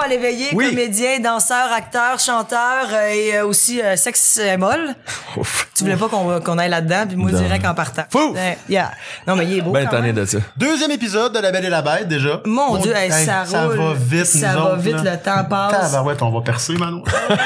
à l'éveillé, comédien, danseur, acteur, chanteur et aussi sexe molle. Tu voulais pas qu'on aille là-dedans, puis moi, direct en partant. Fou! Yeah. Non, mais il est beau. Ben tanné de ça. Deuxième épisode de La Belle et la Bête, déjà. Mon Dieu, ça roule. va vite, ça va vite, le temps passe. Tabarouette, on va percer, Manon.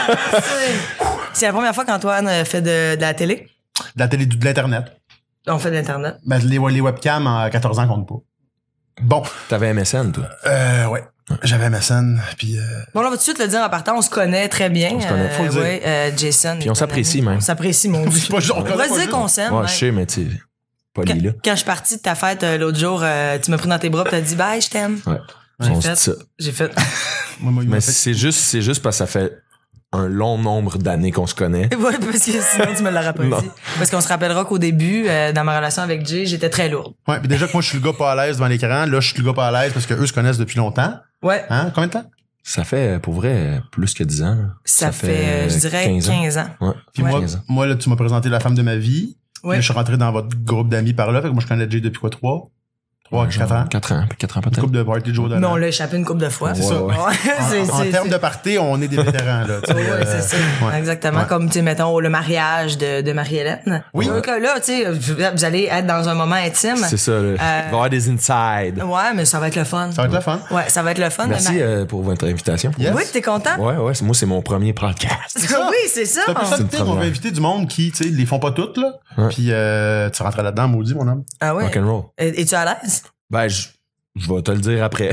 C'est la première fois qu'Antoine fait de la télé. De la télé, de l'Internet. On fait de l'Internet. Ben, les webcams à 14 ans comptent pas. Bon. T'avais MSN, toi? Ouais. J'avais MSN, puis... Bon, là, on va tout de suite le dire en partant, on se connaît très bien. On se connaît, faut le dire. Ouais, Jason. Puis on s'apprécie même. On s'apprécie, mon Dieu. on On va se dire qu'on s'aime. Ouais, je sais, mais tu sais, poli, là. Quand je suis partie de ta fête l'autre jour, tu m'as pris dans tes bras pis t'as dit « Bye, je t'aime ». Ouais. On se dit ça. J'ai fait. Mais c'est juste parce que ça fait un long nombre d'années qu'on se connaît. Ouais, parce que sinon tu me l'auras pas dit. Parce qu'on se rappellera qu'au début, dans ma relation avec Jay, j'étais très lourde. Ouais, puis déjà que moi je suis le gars pas à l'aise devant l'écran, là je suis le gars pas à l'aise parce que eux se connaissent depuis longtemps. Ouais. Hein? Combien de temps? Ça fait, pour vrai, plus que 10 ans. Ça fait, je dirais, 15 ans. Ouais. Puis moi, là, tu m'as présenté la femme de ma vie. Ouais. Là, je suis rentré dans votre groupe d'amis par là. Fait que moi, je connais Jay depuis quoi, 3 4 ans? 4 ans Une peut-être. couple de party de jour de Mais l'an. on l'a échappé une couple de fois. C'est ça. Ouais. En termes de party, on est des vétérans, là. Ouais, c'est ça. Ouais. Exactement. Ouais. Comme, tu sais, mettons, le mariage de Marie-Hélène. Oui. Donc, là, tu sais, vous allez être dans un moment intime. C'est ça, là. Il va y avoir des insides. Ouais, mais ça va être le fun. Ça va être le fun. Ouais, ça va être le fun. Merci pour votre invitation. Yes. Oui, t'es content? Ouais, moi, c'est mon premier podcast. ça. Oui, c'est ça. C'est un peu ça C'est le une thème. On va première. inviter du monde qui, tu sais, les font pas toutes, là. Ouais. Puis, tu rentres là-dedans, maudit, mon homme. Ah ouais. Rock'n'roll. Es-tu à l'aise? Ben, je vais te le dire après.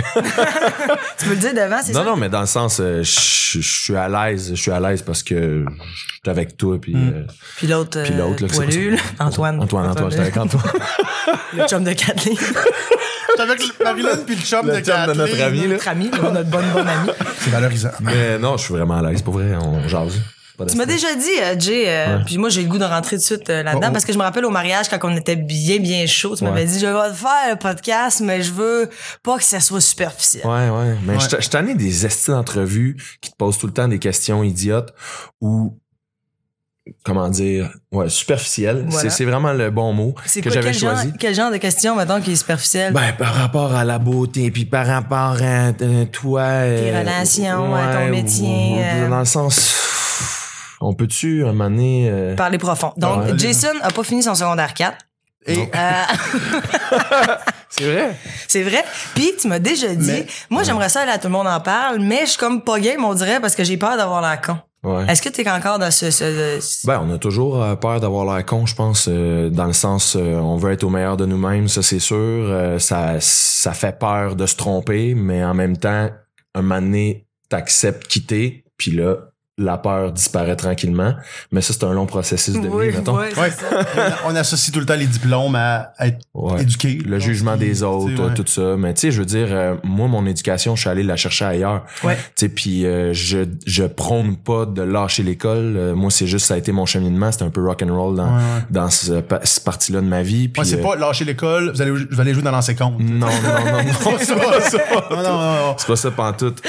Tu peux le dire devant, c'est ça? Non, mais dans le sens, je suis à l'aise. Je suis à l'aise parce que je suis avec toi. Puis Puis l'autre, là, poilu, là, Antoine, j'étais avec Antoine. le chum de Kathleen. J'étais avec Marilyn puis le chum Le de chum de Kathleen. notre ami, là. Notre ami, notre bonne amie. C'est valorisant. Mais non, je suis vraiment à l'aise. Pour vrai, on jase. Pas de Tu m'as stress. déjà dit, Jay, puis moi j'ai le goût de rentrer tout de suite là-dedans parce que je me rappelle au mariage quand on était bien chaud, tu m'avais dit je vais faire le podcast mais je veux pas que ça soit superficiel. Ouais. Mais Ouais. je t'en ai des estis d'entrevues qui te posent tout le temps des questions idiotes ou, comment dire, superficielles. Voilà. C'est vraiment le bon mot C'est que quoi, j'avais choisi. quel genre de question mettons qui est superficiel? Ben, par rapport à la beauté, puis par rapport à toi... Tes relations, à ton métier, Dans le sens... On peut-tu, un moment donné... Parler profond. Donc Ouais. Jason a pas fini son secondaire 4. Et C'est vrai? C'est vrai. Puis tu m'as déjà dit, Mais- moi j'aimerais ça aller à tout le monde en parle, mais je suis comme pas game on dirait parce que j'ai peur d'avoir l'air con. Ouais. Est-ce que t'es encore dans ce... Ben, on a toujours peur d'avoir l'air con, je pense, dans le sens, on veut être au meilleur de nous-mêmes, ça c'est sûr. Ça fait peur de se tromper, mais en même temps, un moment donné, t'acceptes quitter, puis là, la peur disparaît tranquillement. Mais ça, c'est un long processus de vie, mettons. ouais, ouais, c'est ça. on associe tout le temps les diplômes à être Ouais. éduqué. Le jugement des autres, Tu sais, ouais. tout ça. Mais tu sais, je veux dire, moi, mon éducation, je suis allé la chercher ailleurs. Ouais. Tu sais, puis je prône pas de lâcher l'école. Moi, c'est juste, ça a été mon cheminement. C'était un peu rock'n'roll dans cette partie-là de ma vie. Puis, Ouais, c'est pas lâcher l'école, vous allez jouer dans l'ancien compte. Non. C'est pas ça. Non. C'est pas ça pantoute.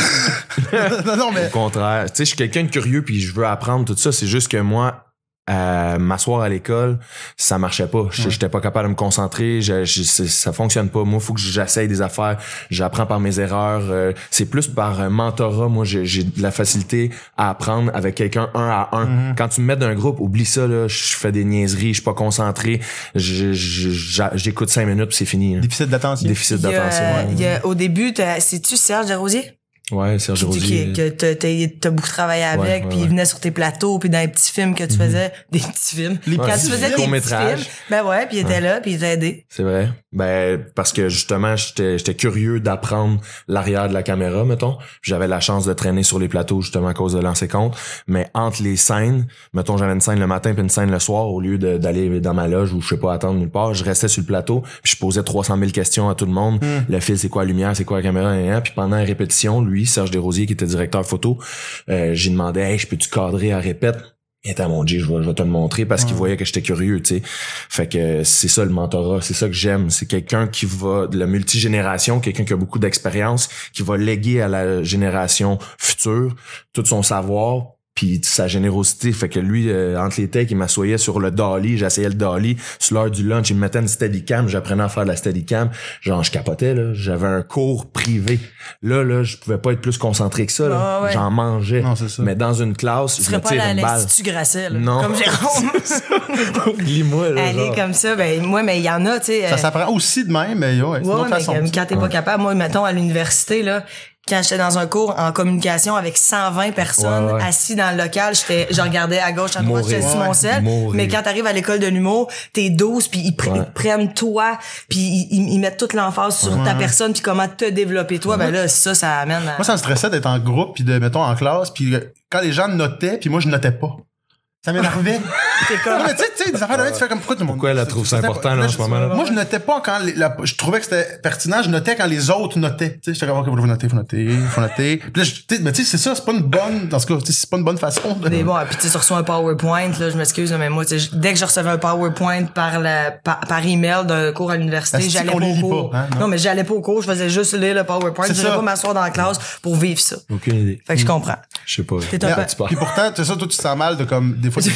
non, mais... Au contraire. Tu sais, je suis quelqu'un de curieux puis je veux apprendre tout ça. C'est juste que moi, m'asseoir à l'école, ça marchait pas. J'étais pas capable de me concentrer. Ça fonctionne pas. Moi, faut que j'essaye des affaires. J'apprends par mes erreurs. C'est plus par mentorat. Moi, j'ai de la facilité à apprendre avec quelqu'un 1 à 1. Mm-hmm. Quand tu me mets d'un groupe, oublie ça, là. Je fais des niaiseries. Je suis pas concentré. J'écoute 5 minutes puis c'est fini. Hein. Déficit d'attention. Déficit d'attention. Au début, c'est-tu Serge Desrosiers? Ouais, Serge Rosier. Que t'as beaucoup travaillé avec, puis il venait sur tes plateaux, puis dans les petits films que tu faisais, des petits films. Les Quand petits tu faisais des petits courts-métrages. films, ben ouais, puis il était là, puis il t'a aidé. C'est vrai. Ben, parce que justement, j'étais curieux d'apprendre l'arrière de la caméra, mettons. J'avais la chance de traîner sur les plateaux, justement, à cause de lancer compte. Mais entre les scènes, mettons, j'avais une scène le matin puis une scène le soir, au lieu d'aller dans ma loge ou je sais pas attendre nulle part, je restais sur le plateau puis je posais 300 000 questions à tout le monde. Le fil, c'est quoi la lumière, c'est quoi la caméra, puis pendant la répétition, lui, Serge Desrosiers, qui était directeur photo, j'ai demandé, hey, je peux-tu cadrer à répète? Il était à mon G, je vais te le montrer parce qu'il voyait que j'étais curieux, tu sais. Fait que c'est ça le mentorat, c'est ça que j'aime. C'est quelqu'un qui va de la multigénération, quelqu'un qui a beaucoup d'expérience, qui va léguer à la génération future tout son savoir. puis sa générosité fait que lui entre les takes il m'assoyait sur le dolly, j'essayais le dolly sur l'heure du lunch, il me mettait une steadicam, j'apprenais à faire de la steadicam, genre je capotais là, j'avais un cours privé là je pouvais pas être plus concentré que ça là. Ouais. J'en mangeais, non, c'est ça. mais dans une classe je me tire une balle. Tu Grasset, là, non comme Jérôme. Oublie-moi là, Aller genre. comme ça, ben moi, mais il y en a, tu sais. Ça s'apprend aussi de même, mais ouais, c'est une autre mais façon. quand t'es pas capable, moi, mettons, à l'université, là, quand j'étais dans un cours en communication avec 120 personnes assis dans le local, je regardais à gauche, à droite, j'étais sur mon sel. Mais quand t'arrives à l'école de l'humour, t'es 12 puis ils prennent toi puis ils mettent toute l'emphase sur ta personne puis comment te développer toi. Ben là, ça amène à... Moi, ça me stressait d'être en groupe puis de, mettons, en classe puis quand les gens notaient puis moi, je notais pas. Ça m'énervait. T'es comme... Non, mais tu sais, des affaires de même, tu fais comme pourquoi elle a trouvé ça important là en ce moment là? Moi, je notais pas quand je trouvais que c'était pertinent, je notais quand les autres notaient. Tu sais, j'étais comme, OK, faut noter. Puis là, mais tu sais, c'est ça, c'est pas une bonne, dans ce cas, c'est pas une bonne façon de... Mais bon, puis tu reçois un PowerPoint, là, je m'excuse, mais moi, dès que je recevais un PowerPoint par email d'un cours à l'université, j'allais pas au cours. Pas, hein, non, mais j'allais pas au cours, je faisais juste lire le PowerPoint, je n'allais pas m'asseoir dans la classe pour vivre ça. Aucune idée. Fait que je comprends. Je sais pas. Puis pourtant, tu sais ça, toi, tu te sens mal de comme, des fois,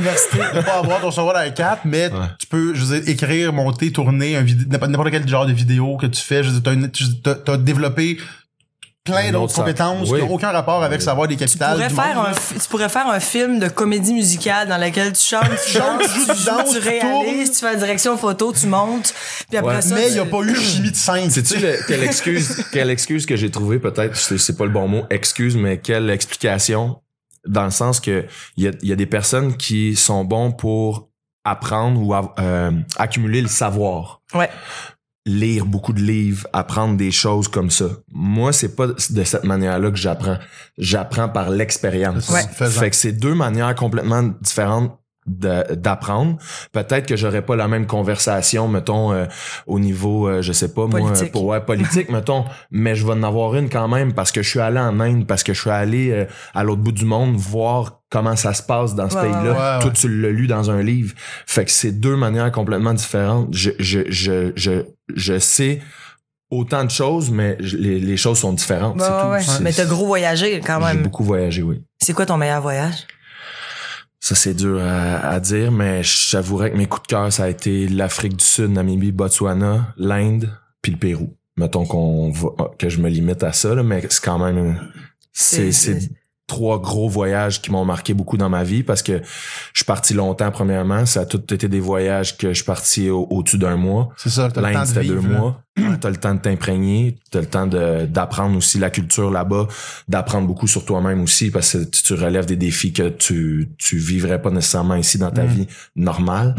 de pas avoir ton secondaire 4, mais tu peux, je veux dire, écrire, monter, tourner n'importe quel genre de vidéo que tu fais. Je veux dire, t'as développé plein d'autres compétences qui n'ont aucun rapport avec savoir des capitales. Tu pourrais faire un film de comédie musicale dans lequel tu chantes, tu danses, tu réalises, tu fais la direction photo, tu montes, puis après ça. Mais il n'y a pas eu chimie de scène. Sais-tu quelle excuse que j'ai trouvée, peut-être, c'est pas le bon mot, excuse, mais quelle explication, dans le sens que il y a des personnes qui sont bons pour apprendre ou accumuler le savoir. Ouais. Lire beaucoup de livres, apprendre des choses comme ça. Moi, c'est pas de cette manière-là que j'apprends. J'apprends par l'expérience. Ouais. Fait que c'est deux manières complètement différentes d'apprendre. Peut-être que j'aurais pas la même conversation, mettons, au niveau, je sais pas, politique. Politique, mettons, mais je vais en avoir une quand même parce que je suis allé en Inde, parce que je suis allé à l'autre bout du monde voir comment ça se passe dans ce pays-là. Toi, tu l'as lu dans un livre. Fait que c'est deux manières complètement différentes. Je sais autant de choses, mais les choses sont différentes. C'est tout. Ouais. Mais t'as gros voyagé quand même. J'ai beaucoup voyagé, oui. C'est quoi ton meilleur voyage? Ça, c'est dur à dire, mais j'avouerais que mes coups de cœur, ça a été l'Afrique du Sud, Namibie, Botswana, l'Inde, puis le Pérou. Mettons que je me limite à ça, là, mais c'est quand même... C'est 3 gros voyages qui m'ont marqué beaucoup dans ma vie parce que je suis parti longtemps premièrement. Ça a tout été des voyages que je suis parti au-dessus d'un mois. C'est ça, t'as le temps L'Inde, de c'était vivre, 2 mois. T'as le temps de t'imprégner, t'as le temps d'apprendre aussi la culture là-bas, d'apprendre beaucoup sur toi-même aussi parce que tu relèves des défis que tu vivrais pas nécessairement ici dans ta vie normale.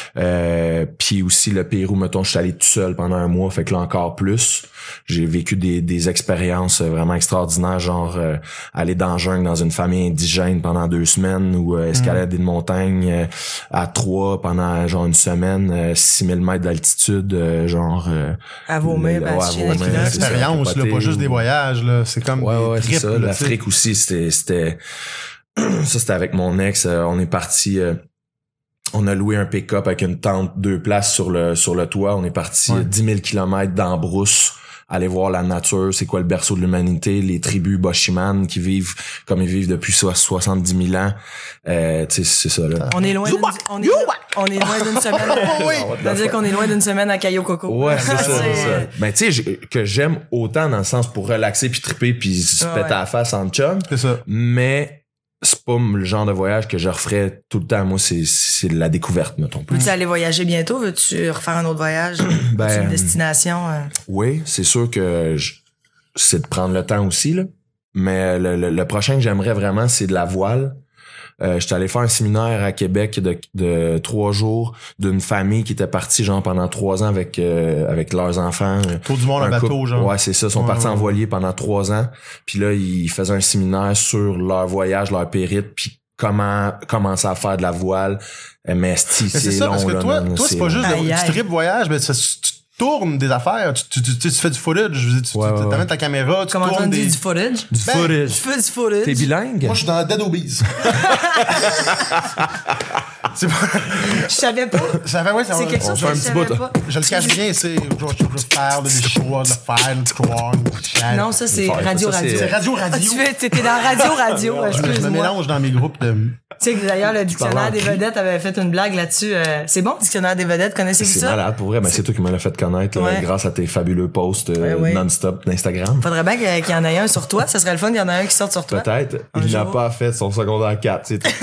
Puis aussi le Pérou, mettons, je suis allé tout seul pendant 1 mois, fait que là encore plus. J'ai vécu des expériences vraiment extraordinaires, genre aller dans le jungle dans une famille indigène pendant 2 semaines ou escalader une montagne à 3 pendant genre 1 semaine, 6000 mètres d'altitude, genre... à Vaumé, c'est une expérience, là, pas juste des voyages, là. C'est comme ouais, c'est ça. L'Afrique aussi, c'était ça, c'était avec mon ex. On est parti... on a loué un pick-up avec une tente 2 places sur le toit. On est parti 10 000 kilomètres dans la brousse, aller voir la nature, c'est quoi le berceau de l'humanité, les tribus Boshiman qui vivent comme ils vivent depuis 70 000 ans. Tu sais, c'est ça, là. On est loin d'une semaine. C'est-à-dire qu'on est loin d'une semaine à Cayo Coco. Ouais, c'est ça. Ben, tu sais, que j'aime autant dans le sens pour relaxer puis triper puis se péter à la face en chum. C'est ça. Mais c'est pas le genre de voyage que je referais tout le temps. Moi, c'est de la découverte, mettons. Veux-tu aller voyager bientôt? Veux-tu refaire un autre voyage? Veux-tu une destination? Oui, c'est sûr que c'est de prendre le temps aussi, là. Mais le prochain que j'aimerais vraiment, c'est de la voile. J'étais allé faire un séminaire à Québec de 3 jours d'une famille qui était partie genre pendant 3 ans avec leurs enfants. Tour du monde en bateau, genre. Ouais, c'est ça. Ils sont partis en voilier pendant 3 ans. Puis là, ils faisaient un séminaire sur leur voyage, leur périple, puis comment commencer à faire de la voile. Mais c'est ça, long, parce que là, toi, c'est pas juste du trip voyage, mais tu tournes des affaires, tu fais du footage, tu t'amènes ta caméra, tu comment tournes du footage? Du footage. Je fais du footage. T'es bilingue? Moi, je suis dans Dead Obies. C'est pas... Je savais pas. Ça fait, ouais, ça C'est quelque chose que je savais pas. Je le cache bien, c'est, je faire des choix, de faire, de croire, non, ça, c'est radio. C'est radio. Ah, t'étais dans radio. Je me mélange dans mes groupes de... Tu sais que d'ailleurs, le Dictionnaire des vedettes avait fait une blague là-dessus. C'est bon, Dictionnaire des vedettes, connaissez-vous ça? C'est malade, pour vrai. Mais c'est toi qui me l'as fait connaître grâce à tes fabuleux posts non-stop d'Instagram. Faudrait bien qu'il y en ait un sur toi. Ça serait le fun qu'il y en ait un qui sorte sur toi. Peut-être. Il n'a pas fait son secondaire 4. C'est tout.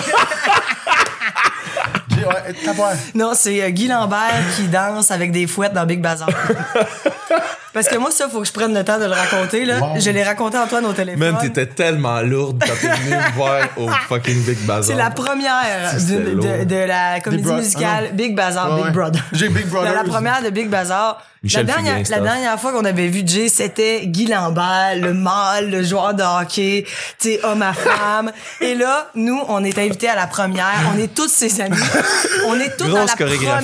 Non, c'est Guy Lambert qui danse avec des fouettes dans Big Bazar. Parce que moi, ça, faut que je prenne le temps de le raconter, là. Wow. Je l'ai raconté, Antoine, au téléphone. Même t'étais tellement lourde quand t'es venu me voir au fucking Big Bazar. C'est la première de la comédie musicale Big Bazar, Big Brother. J'ai Big Brother. La première de Big Bazar. La dernière fois qu'on avait vu Jay, c'était Guy Lambert, le mâle, le joueur de hockey, tu sais, homme à femme. Et là, nous, on est invités à la première. On est tous ses amis. On est tous dans la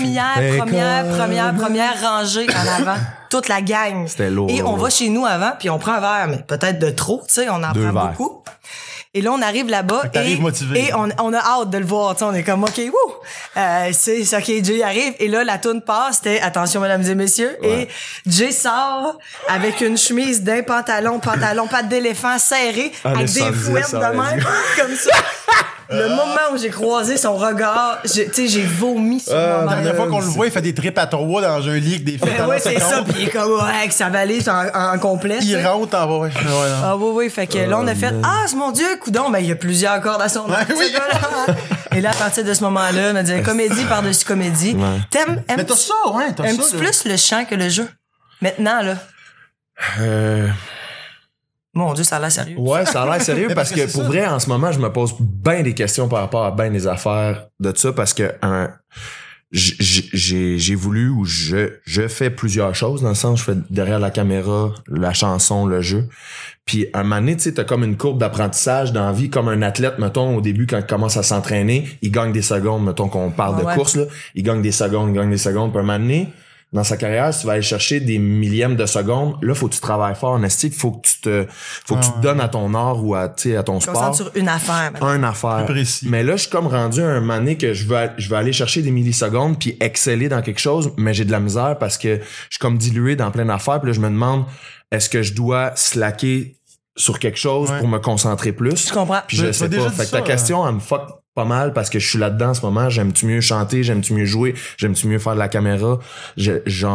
première rangée en avant. Toute la gang. C'était lourd. Et on va chez nous avant, puis on prend un verre, mais peut-être de trop, tu sais, on en prend beaucoup. Et là, on arrive là-bas et on a hâte de le voir. Tu sais, on est comme, OK, wouh! C'est OK, Jay arrive. Et là, la toune passe. C'était, attention, mesdames et messieurs. Ouais. Et Jay sort avec une chemise d'un pantalon, patte d'éléphant serré, avec des fouettes de même, comme ça. Le moment où j'ai croisé son regard, tu sais, j'ai vomi sur mon La dernière fois qu'on le voit, il fait des trips à trois dans un lit avec des fêtes. Ouais, c'est ça. Puis il est comme, avec sa valise en complet. Il rentre en bas. Ah oui. Fait que là, on a fait, mon Dieu, coudonc, ben, il y a plusieurs cordes à son arc. Oui. Et là, à partir de ce moment-là, on m'a dit comédie par-dessus comédie. Ouais. Mais t'as ça, ouais. Aimes-tu plus le chant que le jeu? Maintenant, là. Mon Dieu, ça a l'air sérieux. Ouais, ça a l'air sérieux parce que pour vrai, en ce moment, je me pose bien des questions par rapport à bien des affaires de ça parce que j'ai voulu ou je fais plusieurs choses dans le sens je fais derrière la caméra, la chanson, le jeu. Puis un moment donné, tu sais, t'as comme une courbe d'apprentissage dans la vie, comme un athlète, mettons, au début, quand il commence à s'entraîner, il gagne des secondes, mettons qu'on parle de course, là, il gagne des secondes, puis un moment donné, dans sa carrière, si tu vas aller chercher des millièmes de secondes, là, faut que tu travailles fort en esthétique, faut que tu te donnes à ton art ou à ton sport. Concentre sur une affaire. Une affaire. Précis. Mais là, je suis comme rendu à un moment donné que je veux aller chercher des millisecondes puis exceller dans quelque chose, mais j'ai de la misère parce que je suis comme dilué dans plein d'affaires puis là, je me demande, est-ce que je dois slacker sur quelque chose pour me concentrer plus? Je comprends. Puis je sais pas. Fait que ta question, elle me fuck pas mal parce que je suis là-dedans en ce moment. J'aime-tu mieux chanter? J'aime-tu mieux jouer? J'aime-tu mieux faire de la caméra? Je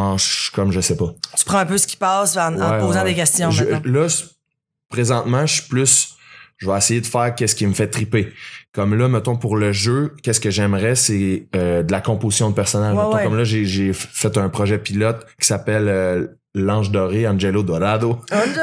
sais pas. Tu prends un peu ce qui passe en posant des questions maintenant. Là, présentement, je vais essayer de faire qu'est-ce qui me fait triper. Comme là, mettons, pour le jeu, qu'est-ce que j'aimerais, c'est de la composition de personnages. Comme là, j'ai fait un projet pilote qui s'appelle L'Ange Doré, Angelo Dorado.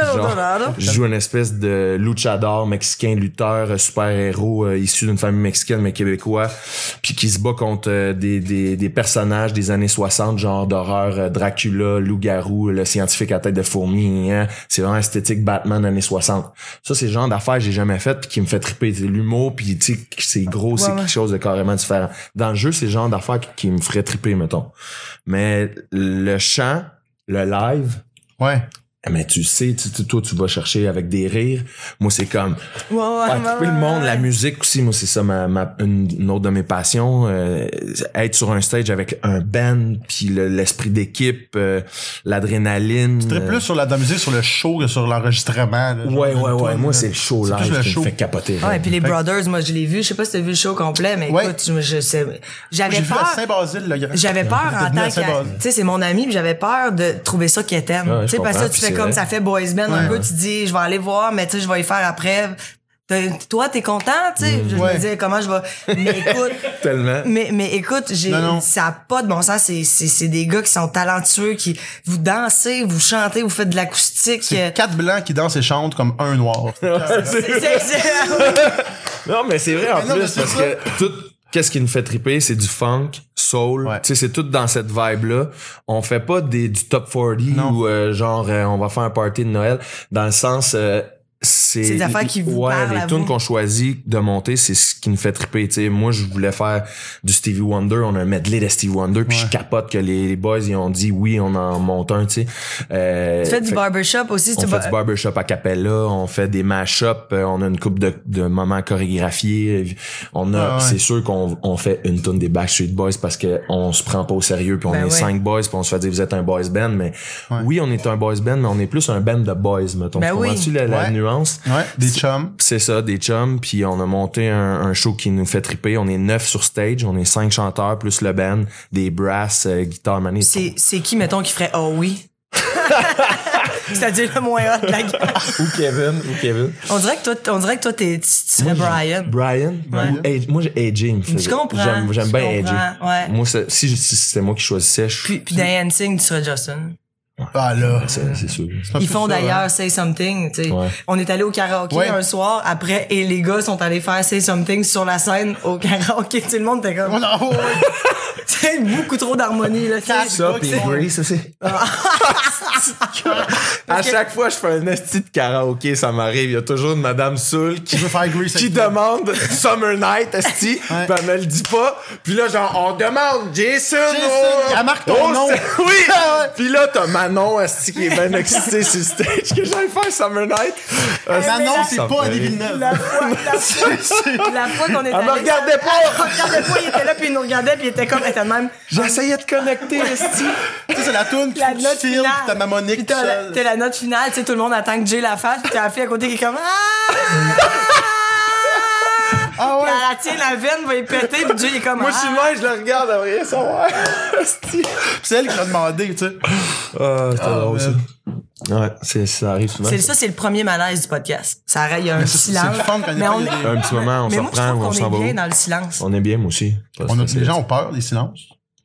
Je joue une espèce de luchador mexicain, lutteur, super-héros issu d'une famille mexicaine mais québécois, puis qui se bat contre des personnages des années 60, genre d'horreur, Dracula, loup-garou, le scientifique à tête de fourmi. Hein. C'est vraiment esthétique Batman années 60. Ça, c'est le genre d'affaires que j'ai jamais fait puis qui me fait triper. C'est l'humour, puis tu sais, c'est gros, c'est quelque chose de carrément différent. Dans le jeu, c'est le genre d'affaires qui me ferait triper, mettons. Mais le chant, le live. Ouais. Mais tu sais, toi, tu vas chercher avec des rires. Moi, c'est comme triper le monde, la musique aussi. Moi, c'est ça une autre de mes passions. Être sur un stage avec un band, puis l'esprit d'équipe, l'adrénaline. Tu trippes plus sur la musique, sur le show que sur l'enregistrement. Là, ouais. Moi, c'est le show live qui me fait capoter. Ouais, et puis les Brothers, moi, je l'ai vu. Je sais pas si t'as vu le show complet, mais écoute, j'avais peur. À Saint-Basile, là. J'avais peur en tant que, tu sais, c'est mon ami, puis j'avais peur de trouver ça quétaine. Tu sais, parce que tu fais comme ça fait boys band un peu, tu dis, je vais aller voir, mais tu sais, je vais y faire après. Toi, t'es content, tu sais? Je me disais, comment je vais... Mais écoute... Tellement. Mais écoute, ça a pas de bon sens. C'est des gars qui sont talentueux, qui... Vous dansez, vous chantez, vous faites de l'acoustique. C'est 4 blancs qui dansent et chantent comme un noir. Non, mais c'est vrai en plus, parce que tout... Qu'est-ce qui nous fait triper? C'est du funk, soul. Ouais. Tu sais, c'est tout dans cette vibe-là. On fait pas du top 40 ou genre on va faire un party de Noël. Dans le sens, c'est des affaires qui vous parlent les tunes qu'on choisit de monter, c'est ce qui nous fait triper. Tu sais, moi, je voulais faire du Stevie Wonder. On a un medley de Stevie Wonder, puis je capote que les boys ils ont dit oui, on en monte un. Tu sais. Tu fais du barbershop aussi. On fait du barbershop a cappella. On fait des mash-up. On a une couple de moments chorégraphiés. On a, c'est sûr qu'on fait une tune des Backstreet Boys parce que on se prend pas au sérieux. Puis on est 5 boys. Puis on se fait dire vous êtes un boys band, mais oui, on est un boys band, mais on est plus un band de boys. Mettons. Comprends-tu la nuance? Ouais, des chums. C'est ça, des chums. Puis on a monté un show qui nous fait triper. On est 9 sur stage. On est 5 chanteurs plus le band, des brass, guitare, mané. C'est qui, mettons, qui ferait « Oh oui ». C'est-à-dire le moins hot de la gamme. Ou Kevin. On dirait que toi, tu serais Brian. Brian? Ouais. Moi, j'ai AJ. Tu comprends. J'aime bien AJ. Ouais. Moi, si c'était moi qui choisissais, Puis dans NSYNC, tu serais Justin. Ah là, c'est sûr. Ils font d'ailleurs Say Something, tu sais. Ouais. On est allé au karaoké un soir après et les gars sont allés faire Say Something sur la scène au karaoké. Tout le monde était comme c'est beaucoup trop d'harmonie là. Ça pis Grace aussi. À chaque fois que je fais un esti de karaoké, ça m'arrive, il y a toujours une madame Soul qui demande Summer Night esti, pis elle me le dit pas. Puis là genre on demande Jason elle marque ton nom. Oui. Puis là t'as Manon esti qui est bien excitée sur le stage que j'aille faire Summer Night. Manon c'est pas Annie Villeneuve. La fois qu'on était elle me regardait pas. Il était là puis il nous regardait puis il était comme même. J'essayais de connecter esti. Tu sais c'est la toune qui file pis t'as ma Monique. T'as la note finale, tu sais, tout le monde attend que Jay la fasse, pis t'as la fille à côté qui est comme ah ouais. Elle tient la veine, va y péter, pis Jay il est comme moi, je suis loin, je le regarde, à rien savoir. C'est elle qui l'a demandé, tu sais. Ah, c'est drôle, ça. Ouais, ça arrive souvent. C'est le premier malaise du podcast. Ça arrête, il y a un silence. C'est le fun quand un petit moment, on se reprend, on s'en va. On est bien dans le silence. On est bien, moi aussi. Les gens ont peur des silences.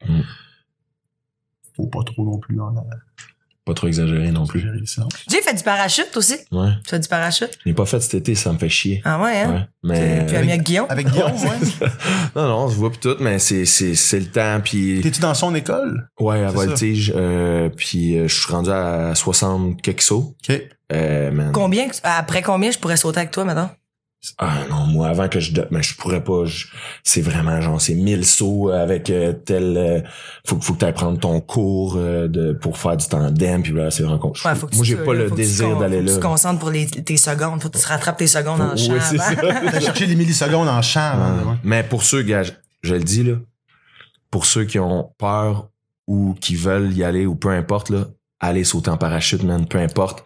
Faut pas trop non plus, pas trop exagéré non plus. Jay fait du parachute aussi. Ouais. Tu fais du parachute? Je l'ai pas fait cet été, ça me fait chier. Ah ouais, hein? Ouais. Mais. Puis avec Guillaume? Avec Guillaume, ouais. Non, on se voit pis tout, mais c'est le temps pis. T'es-tu dans son école? Ouais, à Voltige, puis je suis rendu à 60 quelques sauts. OK. Man. Après combien je pourrais sauter avec toi, maintenant? Ah non, moi avant que je pourrais pas, c'est vraiment genre c'est 1000 sauts avec faut que t'ailles prendre ton cours pour faire du tandem puis là c'est vraiment moi j'ai pas le désir d'aller là. Faut que tu te concentres pour tes secondes, faut que tu te rattrapes tes secondes en chant. Oui, c'est ça. T'as cherché les millisecondes en chant. Mais pour ceux gars, je le dis là, pour ceux qui ont peur ou qui veulent y aller ou peu importe là, aller sauter en parachute man, peu importe,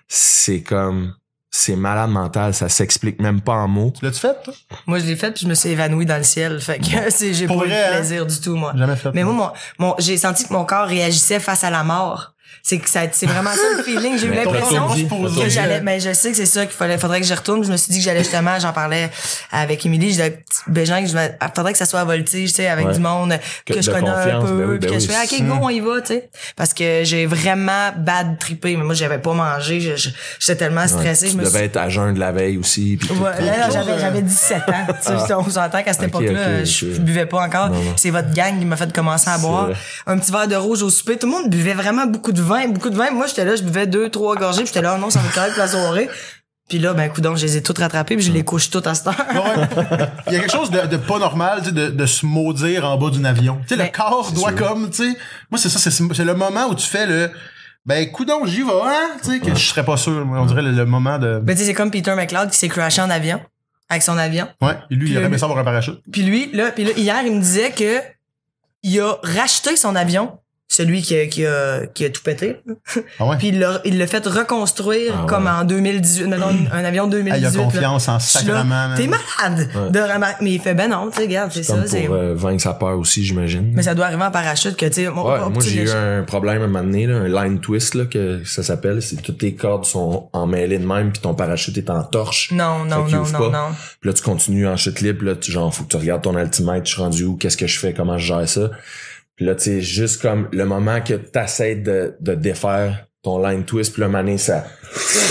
c'est malade mental, ça s'explique même pas en mots. Tu l'as-tu fait, toi? Moi, je l'ai fait puis je me suis évanoui dans le ciel. Fait que j'ai pas eu de plaisir du tout, moi. Jamais fait. Mais moi, j'ai senti que mon corps réagissait face à la mort. C'est vraiment ça le feeling. J'ai eu l'impression que j'allais, mais je sais que c'est ça qu'il faudrait que j'y retourne. Je me suis dit que j'allais justement, j'en parlais avec Émilie, je disais, Bégin, faudrait que ça soit à Voltige, tu sais, avec du monde que je connais un peu, puis que je fais, OK, go, on y va, tu sais. Parce que j'ai vraiment bad trippé, mais moi, j'avais pas mangé, j'étais tellement stressée. Tu devais être à jeun de la veille aussi. J'avais 17 ans. On s'entend qu'à cette époque-là, je buvais pas encore. C'est votre gang qui m'a fait commencer à boire. Un petit verre de rouge au souper. Tout le monde buvait vraiment beaucoup de vin. Moi, j'étais là, je buvais 2-3 gorgées, puis j'étais là, non, ça va être correct pour la soirée. Puis là, coudonc, je les ai toutes rattrapées, puis je les couche toutes à cette heure. Il y a quelque chose de pas normal, tu sais, de se maudire en bas d'un avion. Tu sais, le corps doit comme, tu sais, moi, c'est ça, c'est le moment où tu fais le, coudonc, j'y vais, hein, tu sais, que je serais pas sûr. On dirait le moment de... tu sais, c'est comme Peter McLeod qui s'est crashé en avion, avec son avion. Ouais, et lui, il aurait aimé ça avoir un parachute. Puis là, hier, il me disait que il a racheté son avion, celui qui a tout pété. Ah ouais? Puis il l'a fait reconstruire comme en 2018, mettons, un avion 2018. Il a confiance en sacrement. T'es malade de remarquer. Mais il fait, non, tu sais, regarde, c'est ça. C'est pour vaincre sa peur aussi, j'imagine. Mais ça doit arriver en parachute que, tu sais, moi, j'ai eu un problème à un moment donné, là, un line twist, là, que ça s'appelle. C'est toutes tes cordes sont emmêlées de même puis ton parachute est en torche. Non. Puis là, tu continues en chute libre, là, faut que tu regardes ton altimètre, je suis rendu où, qu'est-ce que je fais, comment je gère ça. Puis là, tu sais, juste comme le moment que t'essaies de défaire ton line twist, puis là, mané, ça, tu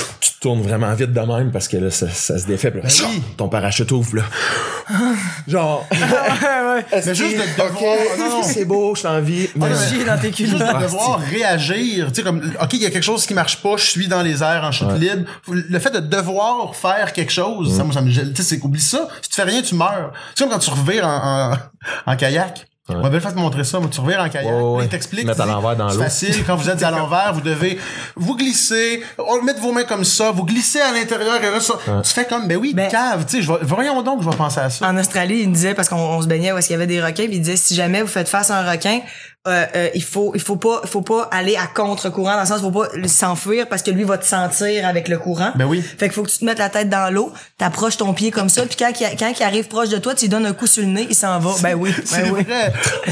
tournes vraiment vite de même parce que là, ça se défait. Là, ton parachute ouvre, là. Genre. Mais juste de devoir. C'est beau, je t'en envie. Chier dans tes culottes. Juste de devoir réagir. Tu sais, comme, OK, il y a quelque chose qui marche pas, je suis dans les airs en chute libre. Le fait de devoir faire quelque chose, ça me gèle. Tu sais, oublie ça. Si tu fais rien, tu meurs. C'est comme quand tu revires en kayak. On m'avait fait montrer ça, moi, tu revires en kayak. Il t'explique. Mettre à l'envers dans l'eau. C'est facile. Quand vous êtes à l'envers, vous devez vous glisser, mettre vos mains comme ça, vous glissez à l'intérieur, et là, ça. Tu fais comme, cave, tu sais, voyons donc, je vais penser à ça. En Australie, il me disait, parce qu'on se baignait où est-ce qu'il y avait des requins, puis il disait, si jamais vous faites face à un requin, il faut pas aller à contre-courant, dans le sens, faut pas s'enfuir parce que lui va te sentir avec le courant. Ben oui. Fait qu'il faut que tu te mettes la tête dans l'eau, t'approches ton pied comme ça, puis quand il arrive proche de toi, tu lui donnes un coup sur le nez, il s'en va. Ben oui. C'est vrai.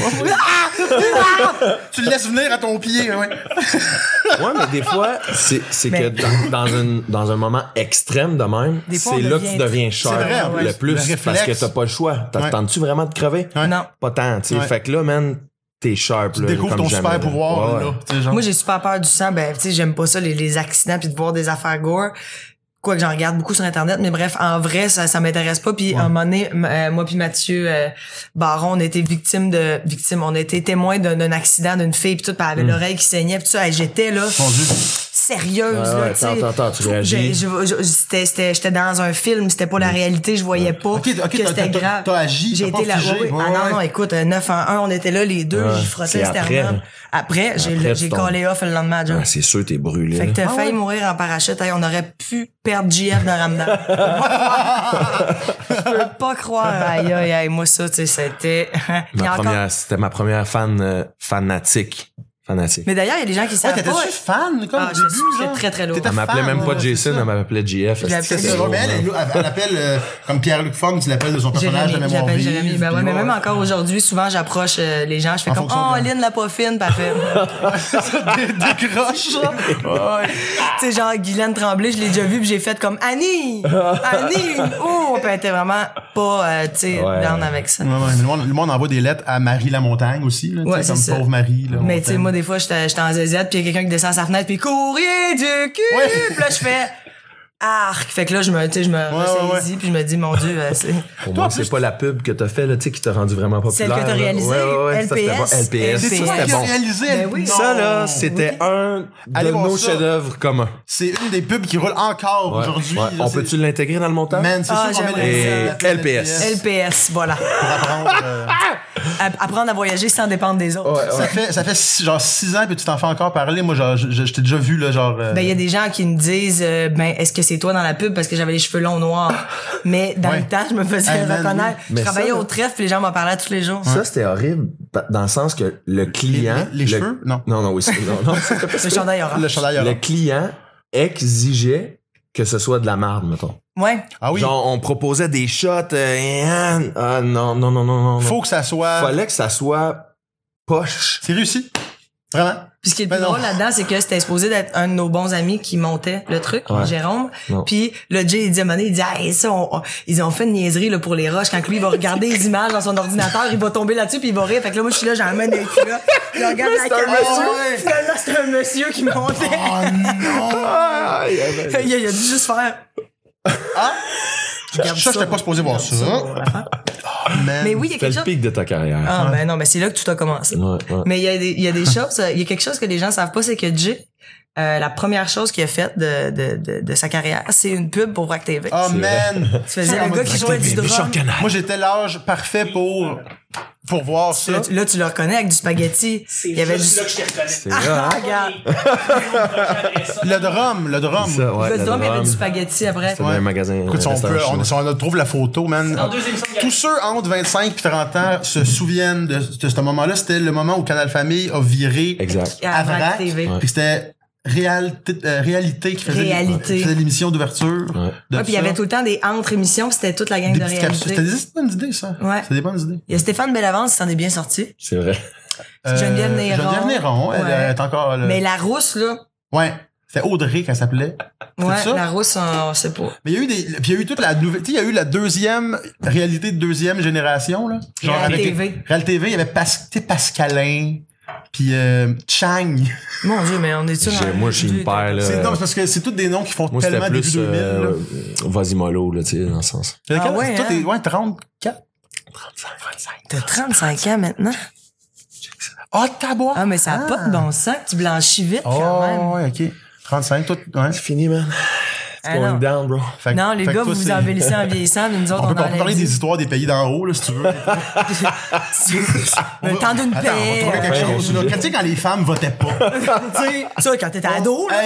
Tu le laisses venir à ton pied, ouais. Ouais, mais des fois, c'est que dans un moment extrême de même, c'est là que tu deviens sharp le plus parce que t'as pas le choix. T'attends-tu vraiment de crever? Non. Pas tant, tu sais. Fait que là, man, t'es sharp, là. Tu découvres ton super pouvoir, là. Moi, j'ai super peur du sang. Ben, tu sais, j'aime pas ça, les accidents puis de voir des affaires gore. Quoique j'en regarde beaucoup sur Internet, mais bref, en vrai, ça m'intéresse pas. Puis, à un moment donné, moi puis Mathieu Baron, on a été on a été témoins d'un accident d'une fille puis tout, puis elle avait l'oreille qui saignait puis tout ça. J'étais là, sérieuse, là, tu sais. Tu réagis. J'étais dans un film, c'était pas la réalité, je voyais pas que c'était grave. T'as agi, j'ai été là. Non, écoute, 9-1, on était là les deux, j'y frottais le sternum. Après, j'ai collé off le lendemain. C'est sûr, t'es brûlé. Fait que t'as failli mourir en parachute. Hey, on aurait pu perdre JF de Ramadan. Je peux pas croire. Aïe, moi ça, tu sais, c'était... C'était ma première fanatique. Mais d'ailleurs, il y a des gens qui savent pas. T'étais-tu fan, comme, au début, genre? Très, très lourd. Elle m'appelait même pas Jason, elle m'appelait JF. Elle appelle, comme Pierre-Luc Funk, tu l'appelles de son personnage de Mémoire vive. Jérémy. Ben ouais, mais même encore aujourd'hui, souvent, j'approche les gens, je fais comme, Lynn la poffine, pis elle fait. Décroche, ça. Tu sais, genre, Guylaine Tremblay, je l'ai déjà vu pis j'ai fait comme, Annie! Oh! Pis elle était vraiment pas, tu sais, down avec ça. Le monde envoie des lettres à Marie Lamontagne aussi, là. Ouais, comme pauvre Marie, là. Mais tu sais, moi, des fois, j'étais en zézette pis il y a quelqu'un qui descend à sa fenêtre pis courrier du cul! Pis là, je fais, arc. Fait que là, je me ressaisis puis je me dis, mon Dieu, c'est... Pour moi, c'est pas la pub que t'as fait, là, tu sais, qui t'a rendu vraiment populaire. Celle que t'as réalisée? LPS. C'est ça, c'était bon. Ben oui. Ça, là, c'était un de nos chefs-d'œuvre communs. C'est une des pubs qui roule encore aujourd'hui. On peut-tu l'intégrer dans le montant? Man, c'est sûr qu'on met LPS. LPS, voilà. Pour apprendre... apprendre à voyager sans dépendre des autres. Ça fait genre 6 ans que tu t'en fais encore parler. Moi, genre, je t'ai déjà vu, là, genre... Ben, il y a des gens qui me disent, est-ce que c'est toi dans la pub parce que j'avais les cheveux longs noirs. Mais dans le temps, je me faisais reconnaître. Je travaillais au trèfle puis les gens m'en parlaient tous les jours. Ça, c'était horrible dans le sens que le client... Les cheveux? Non. Non, oui. Non, le chandail orange. Le client exigeait que ce soit de la marde, mettons. Ouais. Ah oui. Genre, on proposait des shots. Non. Faut que ça soit... Fallait que ça soit poche. C'est réussi. Vraiment. Puis ce qui est le plus drôle là-dedans, c'est que c'était supposé d'être un de nos bons amis qui montait le truc, Jérôme. Puis le Jay, il dit à un moment donné, il dit, hey, ça, ils ont fait une niaiserie là pour les rushs. Quand lui, il va regarder les images dans son ordinateur, il va tomber là-dessus puis il va rire. Fait que là, moi, je suis là, j'en amène des là. Je regarde la caméra. Finalement, c'est un monsieur qui montait. Oh non! Il a dû juste faire... Ça, j'étais pas supposé voir ça. Mais oui, il y a quelque chose. C'est le pic de ta carrière. Ah, ben non, mais c'est là que tout a commencé. Mais il y a des choses, il y a quelque chose que les gens savent pas, c'est que Jay, la première chose qu'il a faite de sa carrière, c'est une pub pour Vrac TV. Oh man! Tu faisais le gars qui jouait du drum. Moi, j'étais l'âge parfait pour voir ça. Là, tu le reconnais avec du spaghetti. Il y avait du... là que je t'ai reconnu. C'est là, regarde. Le drum. Le drum, il y avait du spaghetti après. C'était dans un magasin. Écoute, on trouve la photo, man. Tous ceux entre 25 et 30 ans se souviennent de ce moment-là. C'était le moment où Canal Famille a viré à Vrac TV. Puis c'était Réalité qui faisait l'émission d'ouverture. Puis il y avait tout le temps des entre-émissions, puis c'était toute la gang de Réalité. C'était des bonnes idées, ça. Ouais. C'était des bonnes idées. Il y a Stéphane Bellavance qui s'en est bien sorti. C'est vrai. Geneviève Néron. Elle est encore là. Mais la rousse, là. Ouais. C'était Audrey qu'elle s'appelait. Ouais, ça? La rousse, on sait pas. Mais il y a eu toute la nouvelle, tu sais, il y a eu la deuxième réalité de deuxième génération, là. Genre Réal TV. Réal TV, il y avait Pascalin. puis Chang. Mon Dieu, mais on est sûr. Moi, je suis une paire, là. Non, c'est parce que c'est tous des noms qui font tellement début 2000. Vas-y mollo, là, tu sais, dans le sens. Ah ouais, toi, t'es 34? 35. T'as 35 ans maintenant? Ah, tabac! Ah, mais ça n'a pas de bon sens que tu blanchis vite, quand même. Oh, ouais, OK. 35, toi, ouais. C'est fini, man. It's going down, bro. Non, les gars, vous embellissez en vieillissant, mais nous autres, on peut parler des histoires des pays d'en haut, là, si tu veux. Le temps d'une paix. On va trouver quelque chose, là. Tu sais, quand les femmes votaient pas. Tu sais, ça, quand t'étais ado, là. Hey,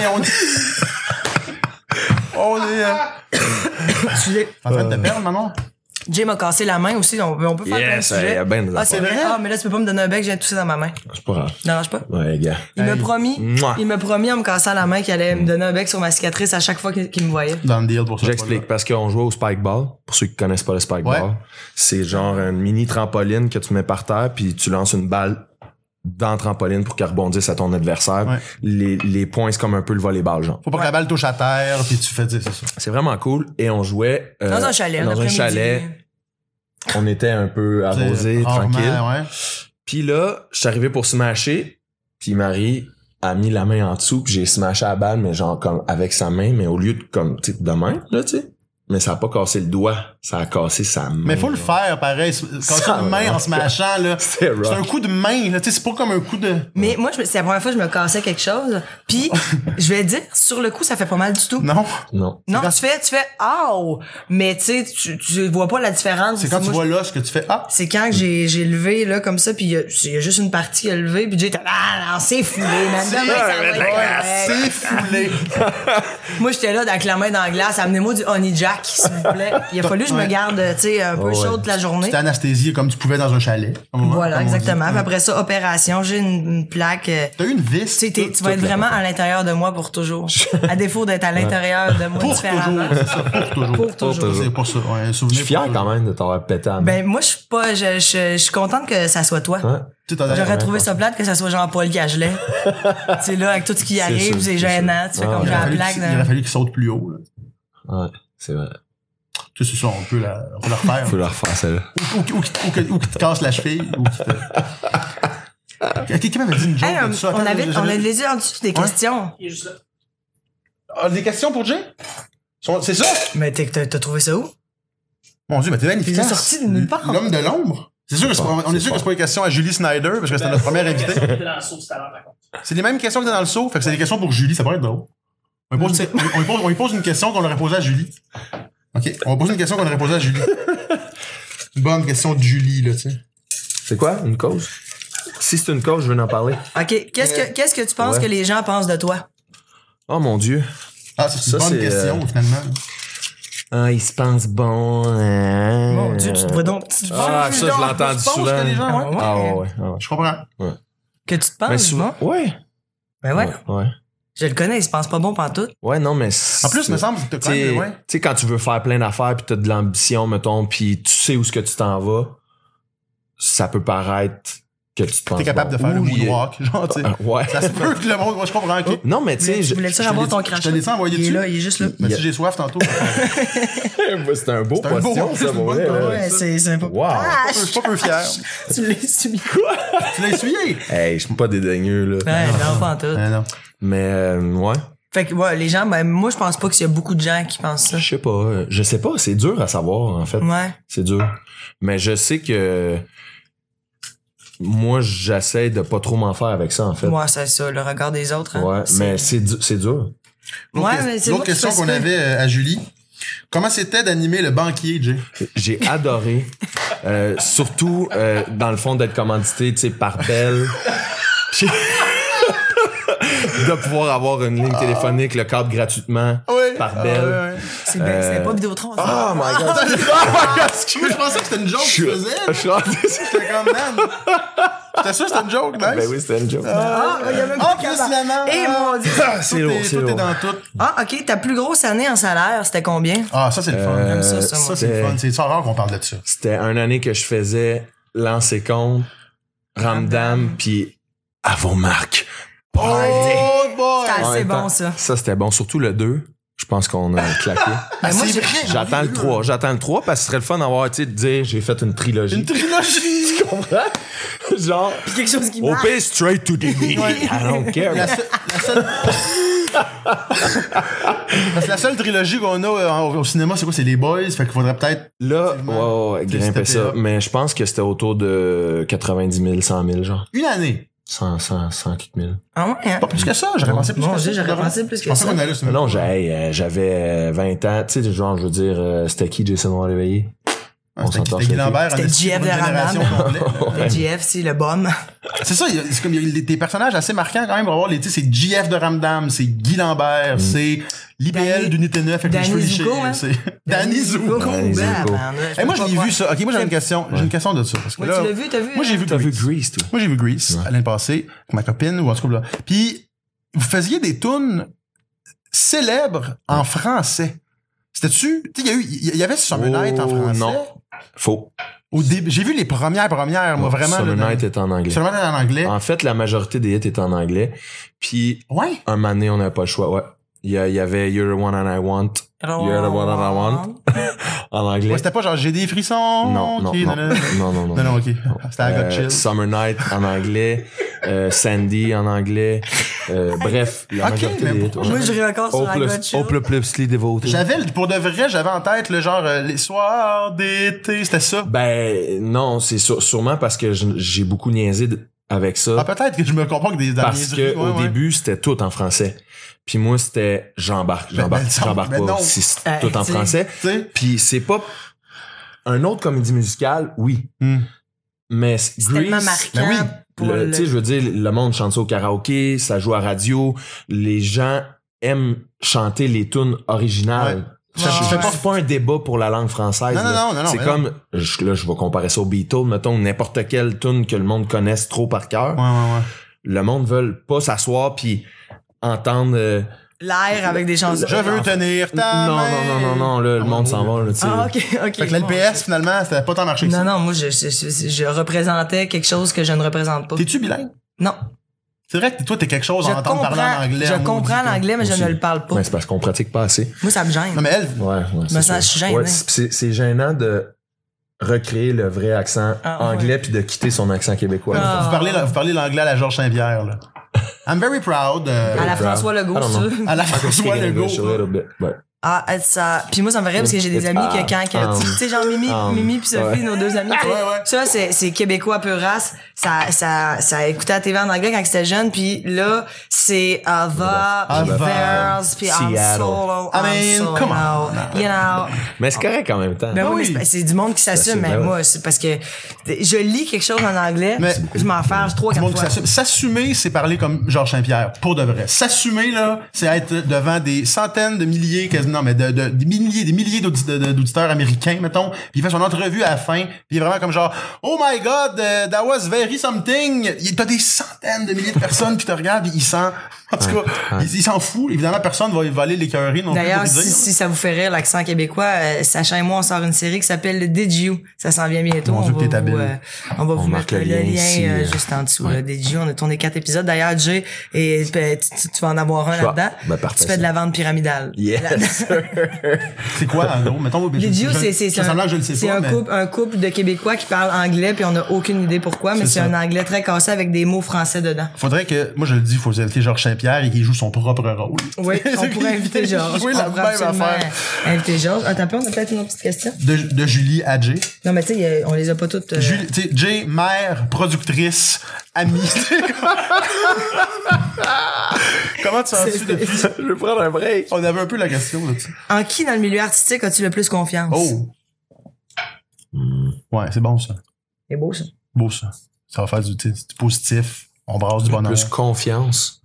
on est en train de te perdre, Manon? Jay m'a cassé la main aussi, on peut faire plein de sujets. C'est vrai? Ah, mais là, tu peux pas me donner un bec, j'ai toussé dans ma main. C'est pas grave. Dérange pas? Ouais, gars. Il m'a promis en me cassant la main qu'il allait me donner un bec sur ma cicatrice à chaque fois qu'il me voyait. Dans le deal pour ça. J'explique, parce qu'on jouait au spike ball. Pour ceux qui connaissent pas le spike ball, c'est genre une mini trampoline que tu mets par terre puis tu lances une balle dans la trampoline pour qu'elle rebondisse à ton adversaire. Ouais. Les points, c'est comme un peu le volleyball, genre. Faut pas que la balle touche à terre puis tu fais dire, c'est ça. C'est vraiment cool. Et on jouait dans un chalet. On était un peu arrosé, tranquille. Ouais. Puis là, je suis arrivé pour smasher, puis Marie a mis la main en dessous, puis j'ai smashé la balle, mais genre comme avec sa main, mais au lieu de comme, tu sais, de main, là, tu sais. Mais ça a pas cassé le doigt, ça a cassé sa main. Mais faut le faire, pareil. Casser une main en se mâchant, là. C'est un coup de main, là. Tu sais, c'est pas comme un coup de... Mais moi, c'est la première fois que je me cassais quelque chose. Puis, je vais dire, sur le coup, ça fait pas mal du tout. Non. Non, tu fais, oh! Mais tu sais, tu vois pas la différence. C'est quand tu vois l'os que tu fais, ah! C'est quand j'ai levé, là, comme ça, puis il y a juste une partie qui a levé, puis j'ai dit, ah, non, c'est foulé, man. C'est foulé. Moi, j'étais là, avec la main dans la glace, amenez-moi du Honey Jack, s'il vous plaît. Il a fallu que je me garde, tu sais, un peu chaude toute la journée. C'était anesthésie comme tu pouvais dans un chalet. Voilà, exactement. Puis après ça, opération, j'ai une plaque. T'as eu une vis. Tu vas être vraiment à l'intérieur de moi pour toujours. À défaut d'être à l'intérieur de moi différemment. Pour toujours. C'est pour ça. Ouais, je suis fier quand même de t'avoir pété à la main. Ben, moi, je suis contente que ça soit toi. J'aurais trouvé ça plate que ça soit Jean-Paul Cagelet. Tu sais, là, avec tout ce qui arrive, c'est gênant. Tu fais comme j'ai la plaque. Il aurait fallu qu'il saute plus haut, là. Ouais, c'est vrai. Tu sais, c'est ça, on peut la refaire. Faut la refaire, celle-là. Ou qu'il te casse la cheville, ou qu'il te... Quelqu'un m'avait dit une joke de ça. On avait les yeux en dessous des questions. Il est juste là. Ah, des questions pour Jay? C'est ça? Mais t'as trouvé ça où? Mon Dieu, mais t'es bien efficace. T'es sorti de nulle part. L'homme de l'ombre. C'est sûr que on est sûr que c'est pas une question à Julie Snyder, parce que c'était notre première invitée. C'est les mêmes questions que dans le saut, fait que c'est des questions pour Julie, ça pourrait être drôle. On lui pose une question qu'on aurait posée à Julie. OK, on va poser une question qu'on aurait posée à Julie. Une bonne question de Julie, là, tu sais. C'est quoi, une cause? Si c'est une cause, je veux en parler. OK, qu'est-ce que tu penses que les gens pensent de toi? Oh mon Dieu. Ah, c'est une bonne question, finalement. Ah, il se pense bon. Mon Dieu, tu te vois donc. Ça, je l'ai entendu souvent. Que les gens, ouais. Je comprends. Ouais. Que tu te penses souvent? Ouais. Ben ouais. Ouais. Je le connais, il se pense pas bon pantoute. Ouais, non, mais... En plus, il me semble que t'as quand même... Tu sais, quand tu veux faire plein d'affaires pis t'as de l'ambition, mettons, pis tu sais où est-ce que tu t'en vas, ça peut paraître que tu te penses. T'es capable de faire le moonwalk, genre, tu sais. Ouais. Ça se peut que le monde... Moi, je comprends, OK. Non, mais tu sais... Tu voulais-tu avoir ton crachat? Je te l'ai envoyé dessus. Il est là, il est juste là. Mais si j'ai soif tantôt. C'était un beau poisson, ça, ouais, c'est pas... Wow. Je suis pas peu fier. Tu l'as essuyé. Quoi? Tu l'as essuyé? Hey, je suis pas dédaigneux, là. Ouais, non, pas en tout. Non. Mais, ouais. Fait que, ouais, les gens, ben, moi, je pense pas qu'il y a beaucoup de gens qui pensent ça. Je sais pas, c'est dur à savoir, en fait. Ouais. C'est dur. Mais je sais que moi, j'essaie de pas trop m'en faire avec ça, en fait. Ouais, c'est ça, le regard des autres. Hein. Ouais, mais c'est dur. L'autre question qu'on avait à Julie, comment c'était d'animer le banquier, Jay? J'ai adoré. Surtout, dans le fond, d'être commandité, tu sais, par Bell. De pouvoir avoir une ligne téléphonique, le câble gratuitement, par Bell. C'est pas Vidéotron, ça. Oh my God. Je pensais que c'était une joke que tu faisais. J'étais comme, man. J'étais sûr que c'était une joke, nice. Ben oui, c'était une joke. Il y a même plus de Et mon Dieu. C'est lourd, c'est lourd. Tout est dans tout. Ah, OK. Ta plus grosse année en salaire, c'était combien? Ah, ça, c'est le fun. J'aime ça. Ça, c'est le fun. C'est rare qu'on parle de ça. C'était une année que je faisais lancer compte, Ramdam, puis à vos marques. Oh boy! C'était assez bon, ça. Ça, c'était bon. Surtout le 2. Je pense qu'on a claqué. Ben, moi, J'attends le 3. J'attends le 3 parce que ce serait le fun d'avoir, tu sais, de dire j'ai fait une trilogie. Une trilogie! Tu comprends? Genre. Puis quelque chose qui Au marche. pire, straight to DVD. I don't care. La seule... Parce que la seule trilogie qu'on a au cinéma, c'est quoi? C'est les Boys. Fait qu'il faudrait peut-être... Là, ouais, grimper ça. là. Mais je pense que c'était autour de 90 000, 100 000, genre. Une année. 100 quelques mille. Ah ouais, hein? Pas plus que ça. J'aurais pensé plus que ça. J'aurais pensé plus Je que pensais ça. qu'on allait sur le Non, j'avais 20 ans. Tu sais, genre, je veux dire, c'était qui Jason Noir réveillé? C'était Guy Lambert. C'était JF de Ramdam. C'était JF, c'est le bum. C'est ça, c'est comme il y a des personnages assez marquants quand même pour avoir les titres. C'est JF de Ramdam, c'est Guy Lambert, c'est l'IPL d'Unité 9 avec les cheveux lichés. C'est Danny Zuko. Et moi, je l'ai vu ça. Ok, moi, j'avais une question. J'ai une question de ça. Parce que là, tu l'as vu, t'as vu? Moi, j'ai vu Grease, toi. Moi, j'ai vu Grease l'année passée avec ma copine ou en tout cas là. Puis, vous faisiez des tunes célèbres en français. C'était-tu? Tu sais, il y avait Summer Night en français. Non. Faux. Au début, j'ai vu les premières, moi, vraiment. Summer Night est en anglais. Summer Night en anglais. En fait, la majorité des hits est en anglais. Puis, un moment donné, on n'avait pas le choix, ouais. Il y avait You're the One and I Want. You're the One and I Want. En anglais. Ouais, c'était pas genre j'ai des frissons. Non, non, okay, non. Non, ok. C'était à God Chill. Summer Night en anglais. Sandy en anglais. Bref, la majorité des hits. Moi, je ris encore sur I Got You. Hopelessly Devoted. Pour de vrai, j'avais en tête le genre les soirs d'été, c'était ça. Ben, non, c'est sûrement parce que j'ai beaucoup niaisé avec ça. Ah, peut-être que je me comprends que des parce que au début, c'était tout en français. Puis moi, c'était j'embarque pas si c'est tout en français. Puis c'est pas un autre comédie musicale, oui. Mais c'est tellement marquant. Tu sais, je veux dire, le monde chante ça au karaoké, ça joue à radio, les gens aiment chanter les tunes originales. C'est pas un débat pour la langue française. Non. C'est comme, là, je vais comparer ça aux Beatles, mettons, n'importe quelle tune que le monde connaisse trop par cœur. Ouais. Le monde veut pas s'asseoir puis entendre l'air avec des chansons. Je veux tenir ta main. Non, là, le monde s'en va, là, tu sais. Ah, ok. Fait que l'LPS, finalement, c'était pas tant marché que ça. Non, moi, je représentais quelque chose que je ne représente pas. T'es-tu bilingue? Non. C'est vrai que toi, t'es quelque chose à entendre parler en anglais. Je comprends l'anglais, mais je ne le parle pas. Ouais, c'est parce qu'on pratique pas assez. Moi, ça me gêne. Non, mais elle. Ouais, je suis gêné. Ouais, c'est gênant de recréer le vrai accent anglais puis de quitter son accent québécois. Vous parlez l'anglais à la Georges Saint-Pierre, là. I'm very proud. À la François Legault, à la François Legault. Ah, ça. Puis moi, ça me fait rire parce que j'ai des amis que quand, tu sais, genre Mimi puis Sophie, nos deux amis, ça, c'est québécois pure race. Ça écoutait la TV en anglais quand c'était jeune, puis là, c'est Ava, puis Vers, puis I'm Solo. I mean, come on. You know. Mais c'est correct en même temps. Ben oui, c'est du monde qui s'assume, mais moi, c'est parce que je lis quelque chose en anglais, je m'en fais 3-4 fois. S'assumer, c'est parler comme Georges Saint-Pierre, pour de vrai. S'assumer, là, c'est être devant des centaines de milliers, non, mais des milliers d'auditeurs américains, mettons, puis il fait son entrevue à la fin, puis il est vraiment comme genre, oh my god, that was very something. T'as des centaines de milliers de personnes qui te regardent, puis en tout cas, il s'en fout. Évidemment, personne va aller l'écœurer non plus. D'ailleurs, si ça vous fait rire, l'accent québécois, Sacha et moi, on sort une série qui s'appelle Did You. Ça s'en vient bientôt. On va vous mettre le lien juste en dessous. Did You, on a tourné 4 épisodes. D'ailleurs, Jay, et tu vas en avoir un là-dedans. Tu fais de la vente pyramidale. Yes. C'est quoi, en gros? Mettons, Did c'est un couple de Québécois qui parlent anglais, puis on n'a aucune idée pourquoi, mais c'est un anglais très cassé avec des mots français dedans. Faudrait que, moi je le dis, il faut inviter Georges Saint-Pierre et qu'il joue son propre rôle. Oui, on pourrait inviter Georges. Oui, la même affaire. Inviter Georges. Attends, on a peut-être une autre petite question. De Julie à Jay. Non, mais tu sais, on les a pas toutes. Julie, tu sais, Jay, mère, productrice, amie. Comment tu sens-tu depuis? Je vais prendre un break. On avait un peu la question là-dessus. En qui dans le milieu artistique as-tu le plus confiance? Oh! Ouais, c'est bon ça. C'est beau ça. Beau ça. Ça va faire du positif. On brasse du bonheur. Plus confiance.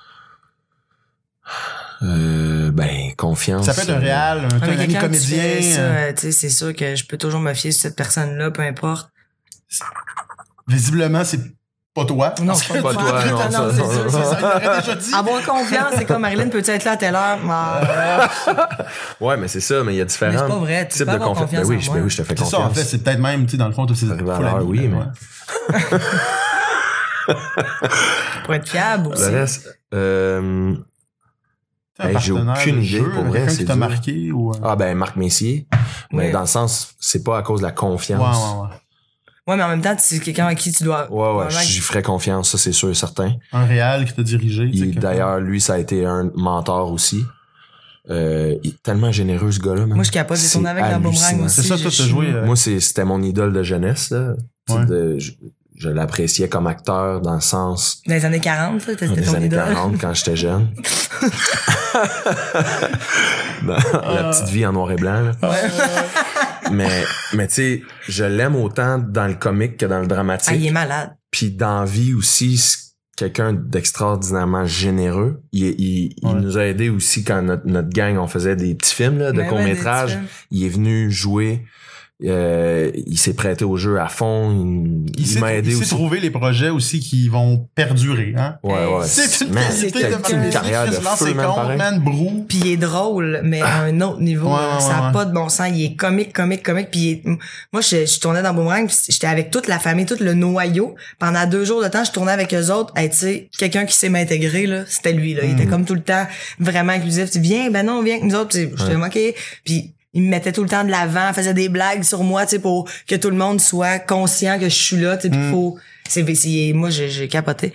Confiance. Ça peut être un réal, un comédien. C'est sûr que je peux toujours me fier sur cette personne-là, peu importe. Visiblement, c'est pas toi. Non, c'est pas toi. Non, c'est ça. Il aurait déjà dit. Avoir confiance, c'est comme Marilyn, peux-tu être là à telle heure? Ouais, mais c'est ça, mais il y a différents. Mais c'est pas vrai. Tu peux avoir confiance oui, je te fais confiance. C'est ça, en fait, c'est peut-être même, tu sais, dans le fond, tu sais, oui, mais. Pour être fiable aussi. Le reste, J'ai aucune idée pour vrai. Quelqu'un qui t'a marqué ou... Ah ben Marc Messier. Mais dans le sens, c'est pas à cause de la confiance. Ouais, mais en même temps, c'est quelqu'un à qui tu dois... Ouais, j'y ferais confiance, ça c'est sûr et certain. Un réal qui t'a dirigé. D'ailleurs, lui, ça a été un mentor aussi. Il est tellement généreux, ce gars-là. Man. Moi, je suis capable de tourner avec la boomerang aussi. C'est ça, toi, t'as joué. Moi, c'était mon idole de jeunesse, là. Je l'appréciais comme acteur dans le sens... Dans les années 40, ça, c'était ton idole. Dans les années 40, quand j'étais jeune. La petite vie en noir et blanc, là. Mais tu sais, je l'aime autant dans le comique que dans le dramatique. Ah, il est malade. Puis dans la vie aussi, c'est quelqu'un d'extraordinairement généreux. Il nous a aidés aussi quand notre gang, on faisait des petits films là, de court-métrage. Il est venu jouer. Il s'est prêté au jeu à fond. Il m'a aidé aussi. Il sait trouver les projets aussi qui vont perdurer, hein. Ouais. C'est une qualité de une carrière de feu, man, brou. Puis il est drôle, mais à un autre niveau. Ça a pas de bon sens. Il est comique. Puis moi, je tournais dans Boomerang, puis j'étais avec toute la famille, tout le noyau. Pendant 2 jours de temps, je tournais avec eux autres. Tu sais, quelqu'un qui sait m'intégrer, là, c'était lui, là. Il était comme tout le temps vraiment inclusif. Tu viens, ben non, viens avec nous autres. J'étais moqué. Puis il me mettait tout le temps de l'avant, faisait des blagues sur moi, tu sais, pour que tout le monde soit conscient que je suis là, tu sais, puis faut... moi, j'ai capoté.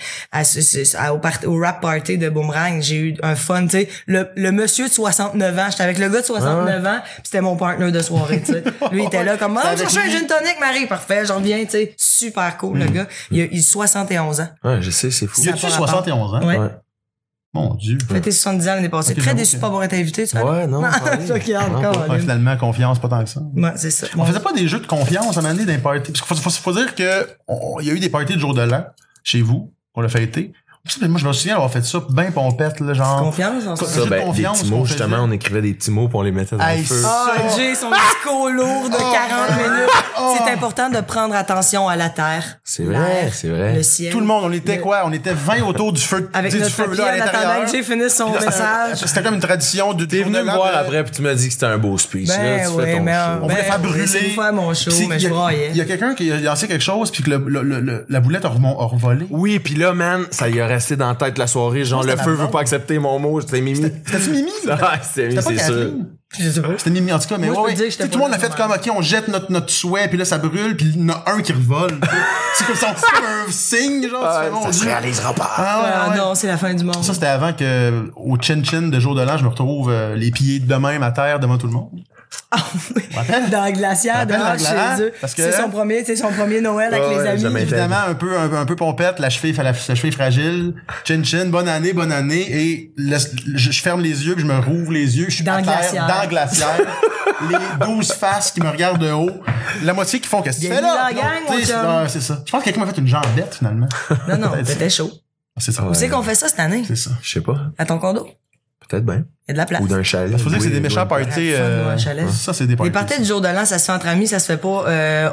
Au rap party de Boomerang, j'ai eu un fun, tu sais. Le monsieur de 69 ans, j'étais avec le gars de 69 ans, pis c'était mon partner de soirée, tu sais. Lui, il était là comme, je cherche un gin tonic, Marie, parfait, j'en viens, tu sais. Super cool, le gars. Il a 71 ans. Ouais, je sais, c'est fou. Il a-tu 71 ans? Ouais. Mon Dieu. Fêté 70 ans l'année passée. Okay, très déçu de pas avoir été invité, tu vois. Ouais, non. Finalement, confiance, pas tant que ça. Ouais, c'est ça. On faisait pas des jeux de confiance à un moment donné dans les parties. Parce qu'il faut dire que il y a eu des parties de jour de l'an chez vous. On l'a fêté. Moi, je me souviens d'avoir fait ça bien pompette, là, genre. Confiance, en ça, ben, des petits mots, justement, on écrivait des petits mots pour on les mettait dans le feu. Jay, son discours lourd de 40 minutes. C'est important de prendre attention à la terre. C'est vrai, c'est vrai. Le ciel. Tout le monde, on était quoi? On était 20 autour du feu, avec notre feu, papier, là, à l'intérieur. Que Jay finisse son message. C'était comme une tradition de T'es venu me voir après puis tu m'as dit que c'était un beau speech. Ben, là, tu fais ton show. On voulait faire brûler. C'est une fois mon show, mais je broyais. Il y a quelqu'un qui a lancé quelque chose puis que la boulette a revolé. Oui, puis là, man, ça y a resté dans la tête la soirée, genre le feu veut pas accepter mon mot, c'était Mimi. C'était-tu Mimi? C'était Mimi, c'est sûr. C'était Mimi, en tout cas, mais moi, ouais. Tout le monde a fait comme, OK, on jette notre souhait, puis là, ça brûle, puis il y en a un qui revole. C'est comme ça, un signe, genre, ça se réalisera pas. Non, c'est la fin du monde. Ça, c'était avant que, au Chin-Chin de jour de l'an, je me retrouve les pieds de même à terre devant tout le monde. Ah oui. Dans la glacière, dehors chez eux. C'est son premier Noël avec les amis. Évidemment, un peu pompette, la cheville fragile. Chin-chin, bonne année. Et je ferme les yeux, puis je me rouvre les yeux. Je suis dans la glacière. Les 12 faces qui me regardent de haut. La moitié qui font qu'est-ce que tu fais là? C'est ça. Je pense que quelqu'un m'a fait une jambette, finalement. Non, c'était chaud. C'est ça. Où c'est qu'on fait ça cette année? C'est ça. Je sais pas. À ton condo? Peut-être bien. Il y a de la place. Ou d'un chalet. Il faut dire que c'est des méchants parties. Ça, c'est des parties. Les parties du jour de l'an, ça se fait entre amis, ça se fait pas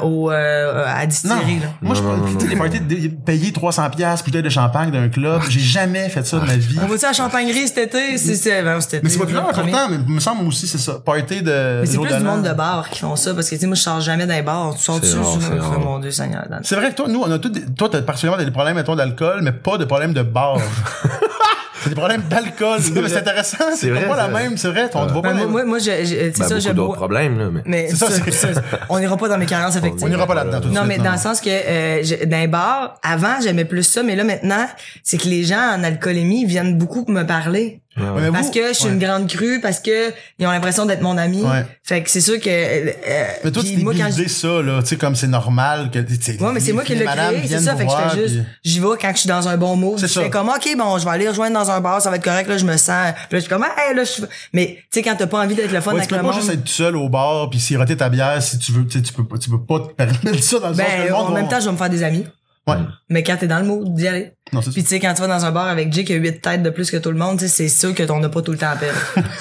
à distillerie. Là. Moi, les parties payer 300$ bouteille de champagne d'un club, j'ai jamais fait ça de ma vie. On va-tu à la champagnerie cet été? Mais c'est pas plus important, mais il me semble aussi c'est ça. Party de mais c'est plus du monde de bar qui font ça, parce que tu sais, moi, je sors jamais d'un bar. Tu sors dessus, mon Dieu Seigneur. C'est vrai que toi, nous, on a toi, t'as particulièrement des problèmes, mettons, d'alcool, mais pas de problèmes de bar. C'est des problèmes d'alcool. Mais c'est intéressant. C'est pas la même, c'est vrai. On te voit pas. Moi, c'est ça, j'ai d'autres problèmes, là, mais c'est ça. On n'ira pas dans mes carences, effectivement. On n'ira pas là-dedans tout de suite. Non, mais dans le sens que, dans les bars, avant, j'aimais plus ça, mais là, maintenant, c'est que les gens en alcoolémie viennent beaucoup me parler. Ouais. Parce que je suis une grande crue, parce que ils ont l'impression d'être mon ami. Ouais. Fait que c'est sûr que mais toi tu t'es buildé ça là, tu sais comme c'est normal que mais c'est moi qui l'ai créé, c'est ça, fait que je fais juste j'y vais quand je suis dans un bon mood, je fais comme OK, bon, je vais aller rejoindre dans un bar, ça va être correct là, je me sens. Puis là je suis comme hey là mais tu sais quand t'as pas envie d'être le fun avec le monde. Tu peux pas juste être tout seul au bar puis siroter ta bière si tu veux, tu peux pas te permettre ça dans le sens que le monde en même temps, je vais me faire des amis. Ouais. Mais quand t'es dans le mood d'y aller. Puis tu sais, quand tu vas dans un bar avec Jay qui a 8 têtes de plus que tout le monde, tu sais, c'est sûr que t'en as pas tout le temps à perdre.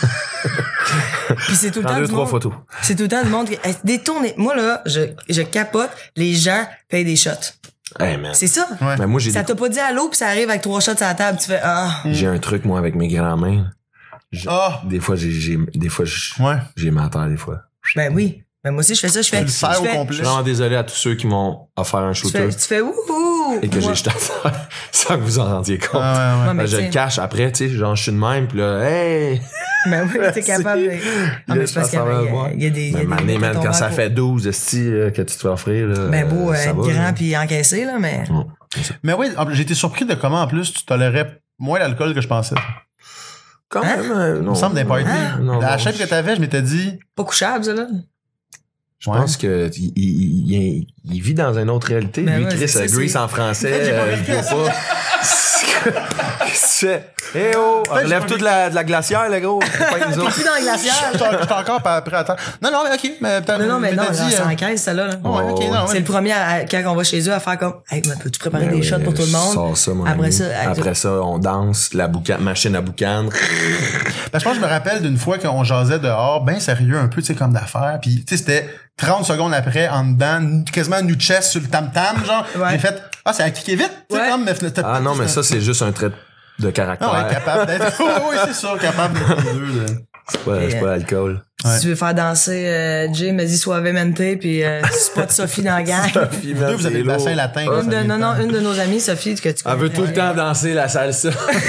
Puis c'est tout le temps du monde. Photos. C'est tout le temps du monde. Des tournées. Moi, là, je capote. Les gens payent des shots. Hey, man. C'est ça. Ouais. Ben, moi, ça t'a pas dit allô puis ça arrive avec 3 shots à la table. Tu fais, J'ai un truc, moi, avec mes grands-mains. Des fois, j'ai mal à terre, des fois. Ben oui. Ben, moi aussi, je fais ça. Tu le sers au complet. Je suis vraiment désolé à tous ceux qui m'ont offert un shooter. Tu fais wouhou! Et que j'ai jeté à terre sans que vous en rendiez compte. Ouais. Je le cache après, tu sais, genre, je suis de même, pis là, hey! Ben oui, t'es capable. Non, mais c'est parce qu'il y a des. Mais quand ça fait 12, que tu te fais offrir, là. Ben beau, être grand puis encaissé, là, mais. Mais oui, j'ai été surpris de comment, en plus, tu tolérais moins l'alcool que je pensais. Quand même, non. Il me semble d'un party. La chef que t'avais, je m'étais dit. Pas couchable, ça, là. Je pense que il vit dans une autre réalité. Ben lui, ouais, Chris, Grease en français, il voit pas. Qu'est-ce que tu fais? Eh oh! Relève-toi de la glacière, le gros. T'es plus dans la glacière. J'étais encore prêt à attendre. Non, mais ok. Mais non, dit, c'est en caisse, ça, là. Ouais, ok, non. C'est le premier, quand on va chez eux, à faire comme, hey, peux-tu préparer des shots pour tout le monde? Sors ça, mon ami. Après ça, on danse, la machine à boucan. Ben, je pense que je me rappelle d'une fois qu'on jasait dehors, ben sérieux, un peu, tu sais, comme d'affaires. Puis, tu sais, c'était 30 secondes après, en dedans, quasiment nu chest sur le tam-tam, genre. J'ai fait, c'est à cliquer vite, tu sais, comme, ah non, mais ça, c'est juste un trait de caractère. Ah ouais, capable d'être. Oui, c'est ça, capable d'être les deux. C'est pas l'alcool. Si tu veux faire danser Jay, me dis Suavemente, puis spot Sophie dans la gang. Sophie, vous avez le bassin latin. Une de nos amies, Sophie, que tu connais. Elle veut tout le temps danser la salsa.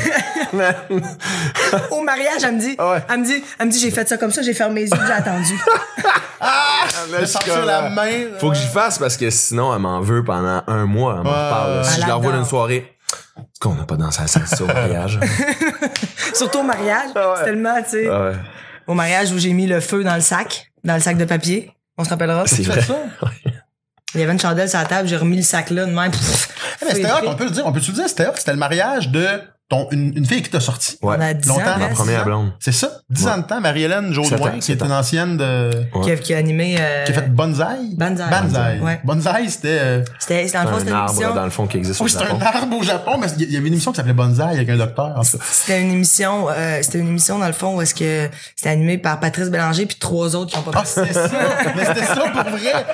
Au mariage, elle me dit, j'ai fait ça comme ça, j'ai fermé les yeux, j'ai attendu. Elle sortir la main. Faut que j'y fasse parce que sinon, elle m'en veut pendant un mois. Elle m'en reparle. Si je la revois d'une soirée, qu'on n'a pas dansé la salsa au mariage. Surtout au mariage. C'est tellement, tu sais. Au mariage où j'ai mis le feu dans le sac de papier. On se rappellera. C'est vrai. Ça? Il y avait une chandelle sur la table, j'ai remis le sac là de même. Mais c'était hot, on peut le dire, c'était le mariage de une fille qui t'a sorti. Ouais. On a 10 longtemps. ans, Ma première blonde. C'est ça. 10 ans de temps. Marie-Hélène Jaudoin, qui est une ancienne de... Qui a animé... Qui a fait Banzai. Ouais. Banzai, c'était dans le fond, c'était une émission... Un arbre, dans le fond, qui existe au Japon. Oui, c'est un arbre au Japon, mais il y avait une émission qui s'appelait Banzai avec un docteur. C'était une émission, dans le fond, où est-ce que c'était animé par Patrice Bélanger puis 3 autres qui ont pas Ah, c'est ça! Mais c'était ça pour vrai!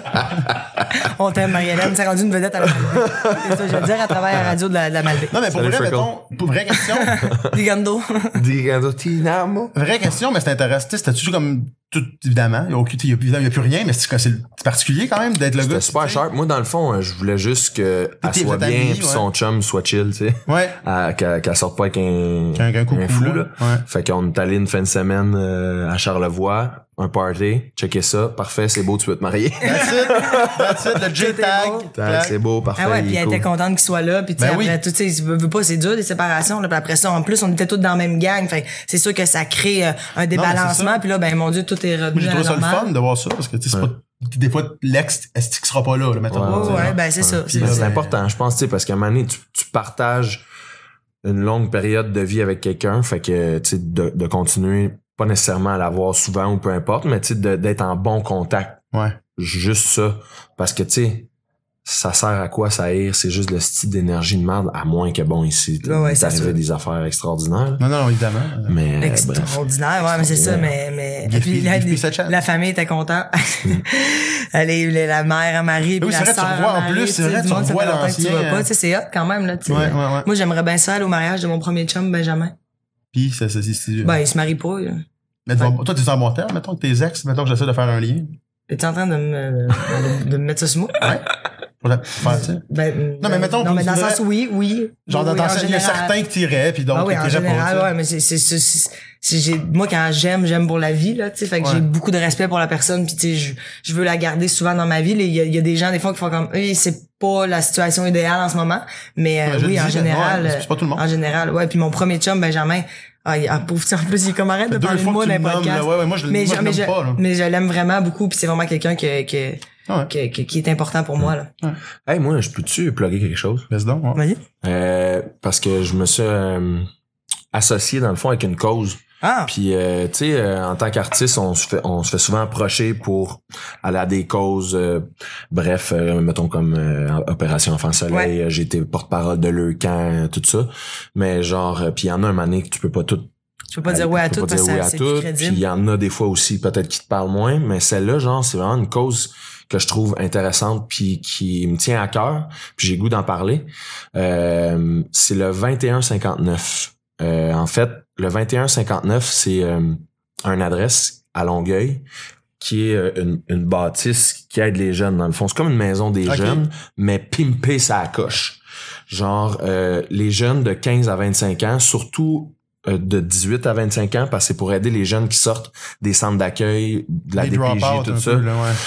On t'aime, Marie-Hélène. C'est rendu une vedette à la Malbaie. C'est ça, je veux dire, à travers la radio de la Malbaie. Non, mais pour vrai, mettons, pour vraie question. Digando. Tinamo. Vraie question, mais c'est intéressant. C'était-tu comme tout, évidemment, il y a plus rien, mais c'est particulier quand même d'être le gars. C'était super sharp. Moi, dans le fond, je voulais juste qu'elle soit bien pis son chum soit chill, tu sais. Ouais. Qu'elle sorte pas avec un fou, là. Ouais. Fait qu'on est allé une fin de semaine à Charlevoix. Un party, checker ça, parfait, c'est beau, tu peux te marier. That's it, le J-tag. C'est beau, parfait. Ah ouais, puis elle était contente qu'il soit là, puis tu sais, après tout, tu sais, veut pas, c'est dur des séparations, là, puis après ça, en plus, on était tous dans la même gang, fait c'est sûr que ça crée un débalancement, puis là, ben mon Dieu, tout est revenu. J'ai trouvé ça le fun de voir ça, parce que tu sais, c'est pas des fois l'ex est-ce qu'il sera pas là, mettons. Ouais, ben c'est ça. C'est important, je pense, tu sais, parce qu'à un moment donné, tu partages une longue période de vie avec quelqu'un, fait que tu sais, de continuer pas nécessairement à l'avoir souvent ou peu importe, mais tu sais, d'être en bon contact. Ouais. Juste ça. Parce que, tu sais, ça sert à quoi ça haïr? C'est juste le style d'énergie de merde, à moins que bon, ici, c'est arrivé des affaires extraordinaires. Non, évidemment. Mais, extraordinaire, ouais, mais c'est ça, mais, et puis, la famille était contente. La mère à Marie, puis la sœur à Marie. En plus, c'est vrai, tu revois l'ancien. Tu sais, c'est hot quand même, là, tu sais. Moi, j'aimerais bien ça aller au mariage de mon premier chum, Benjamin. Pis ça, ben, il se marie pas, là. Mais toi, t'es en bon terme, mettons, que tes ex, mettons que j'essaie de faire un lien. Es-tu en train de me mettre ça sur moi? Ouais. Pour la faire, tu sais. Ben, non, mais mettons, non, mais dans le sens, oui. Genre, dans il y a certains qui tiraient, puis d'autres qui tiraient pas. Ouais, mais moi, quand j'aime pour la vie, là, tu sais, fait que j'ai beaucoup de respect pour la personne, puis tu sais, je veux la garder souvent dans ma vie. Il y a des gens, des fois, qui font comme, c'est pas la situation idéale en ce moment, mais oui, en général. C'est pas tout le monde. En général, ouais. Puis mon premier chum, Benjamin, pauvre, en plus, il est comme arrête de parler de moi dans les podcasts. Moi, je l'aime pas, là. Mais je l'aime vraiment beaucoup, puis c'est vraiment quelqu'un qui est important pour moi, là. Hey, moi, je peux-tu plugger quelque chose? Laisse donc, Vas-y. Parce que je me suis associé, dans le fond, avec une cause. Puis, tu sais, en tant qu'artiste, on se fait souvent approcher pour aller à des causes, bref, mettons comme Opération Enfant Soleil, j'ai été porte-parole de Leucan, tout ça. Mais genre, puis il y en a un moment donné que tu peux pas tout. Tu peux pas dire oui à tout parce que c'est crédible. Puis il y en a des fois aussi peut-être qui te parlent moins, mais celle-là, genre, c'est vraiment une cause que je trouve intéressante puis qui me tient à cœur. Puis j'ai le goût d'en parler. C'est le 2159. En fait, le 2159, c'est une adresse à Longueuil qui est une bâtisse qui aide les jeunes, dans le fond. C'est comme une maison des jeunes, mais pimpée ça coche. Genre, les jeunes de 15 à 25 ans, surtout de 18 à 25 ans, parce que c'est pour aider les jeunes qui sortent des centres d'accueil, de la DPJ, tout ça. Peu,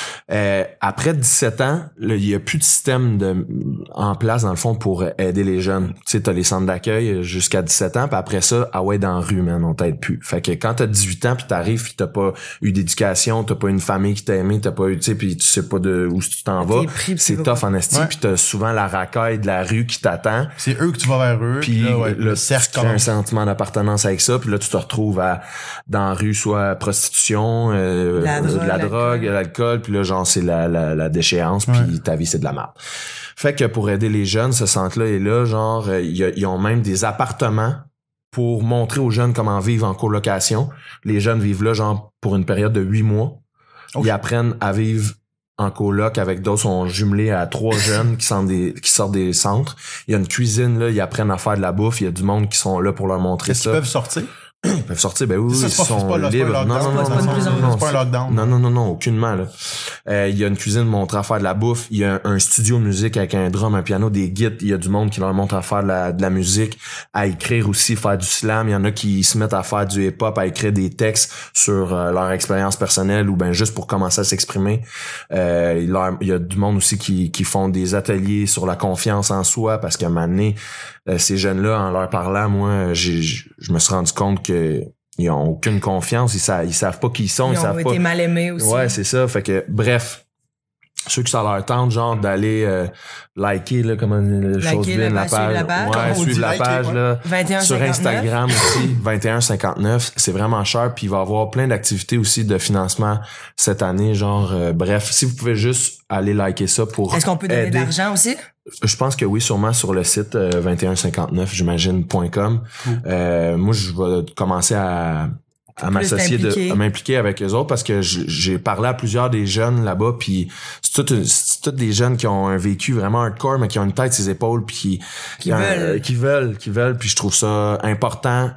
là, après 17 ans, il y a plus de système en place, dans le fond, pour aider les jeunes. Tu sais, t'as les centres d'accueil jusqu'à 17 ans, puis après ça, dans la rue, man, on t'aide plus. Fait que quand t'as 18 ans, puis t'arrives, puis t'as pas eu d'éducation, t'as pas une famille qui t'a aimé, t'as pas eu, tu sais, puis tu sais pas de où tu t'en vas, c'est tough en esti, puis t'as souvent la racaille de la rue qui t'attend. C'est eux que tu vas vers eux, puis là, le cercle crée un sentiment d'appartenance avec ça, puis là tu te retrouves dans la rue, soit prostitution, la drogue, l'alcool, puis là genre c'est la déchéance, puis ta vie c'est de la merde. Fait que pour aider les jeunes, ce centre-là est là, genre ils ont même des appartements pour montrer aux jeunes comment vivre en colocation. Les jeunes vivent là genre pour une période de 8 mois. Ils apprennent à vivre en coloc avec d'autres, sont jumelés à 3 jeunes qui sortent des centres. Il y a une cuisine, là, ils apprennent à faire de la bouffe. Il y a du monde qui sont là pour leur montrer ça. Est-ce qu'ils peuvent sortir? Ils peuvent sortir, ben oui, ils sont libres. C'est pas un lockdown. Non, aucunement, là. Il y a une cuisine montrant à faire de la bouffe. Il y a un studio de musique avec un drum, un piano, des guides. Il y a du monde qui leur montre à faire de la musique, à écrire aussi, faire du slam. Il y en a qui se mettent à faire du hip-hop, à écrire des textes sur leur expérience personnelle ou ben juste pour commencer à s'exprimer. Il y a du monde aussi qui font des ateliers sur la confiance en soi parce qu'à un moment donné, ces jeunes-là, en leur parlant, moi, je me suis rendu compte que ils ont aucune confiance, ils savent pas qui ils sont, ils savent pas. Ils ont été mal aimés aussi. Ouais, c'est ça. Fait que, bref, ceux qui ça leur tente, genre, d'aller liker, là, comment les choses viennent, la page. Ouais, suivre la page, là. 21, sur 59. Instagram aussi, 21,59. C'est vraiment cher, puis il va y avoir plein d'activités aussi de financement cette année, genre, bref, si vous pouvez juste aller liker ça pour Est-ce qu'on peut donner de l'argent aussi? Je pense que oui, sûrement sur le site 2159, j'imagine.com. Moi, je vais commencer à m'associer, à m'impliquer avec eux autres parce que j'ai parlé à plusieurs des jeunes là-bas, puis c'est tous des jeunes qui ont un vécu vraiment hardcore, mais qui ont une tête sur les épaules, puis qui veulent, puis je trouve ça important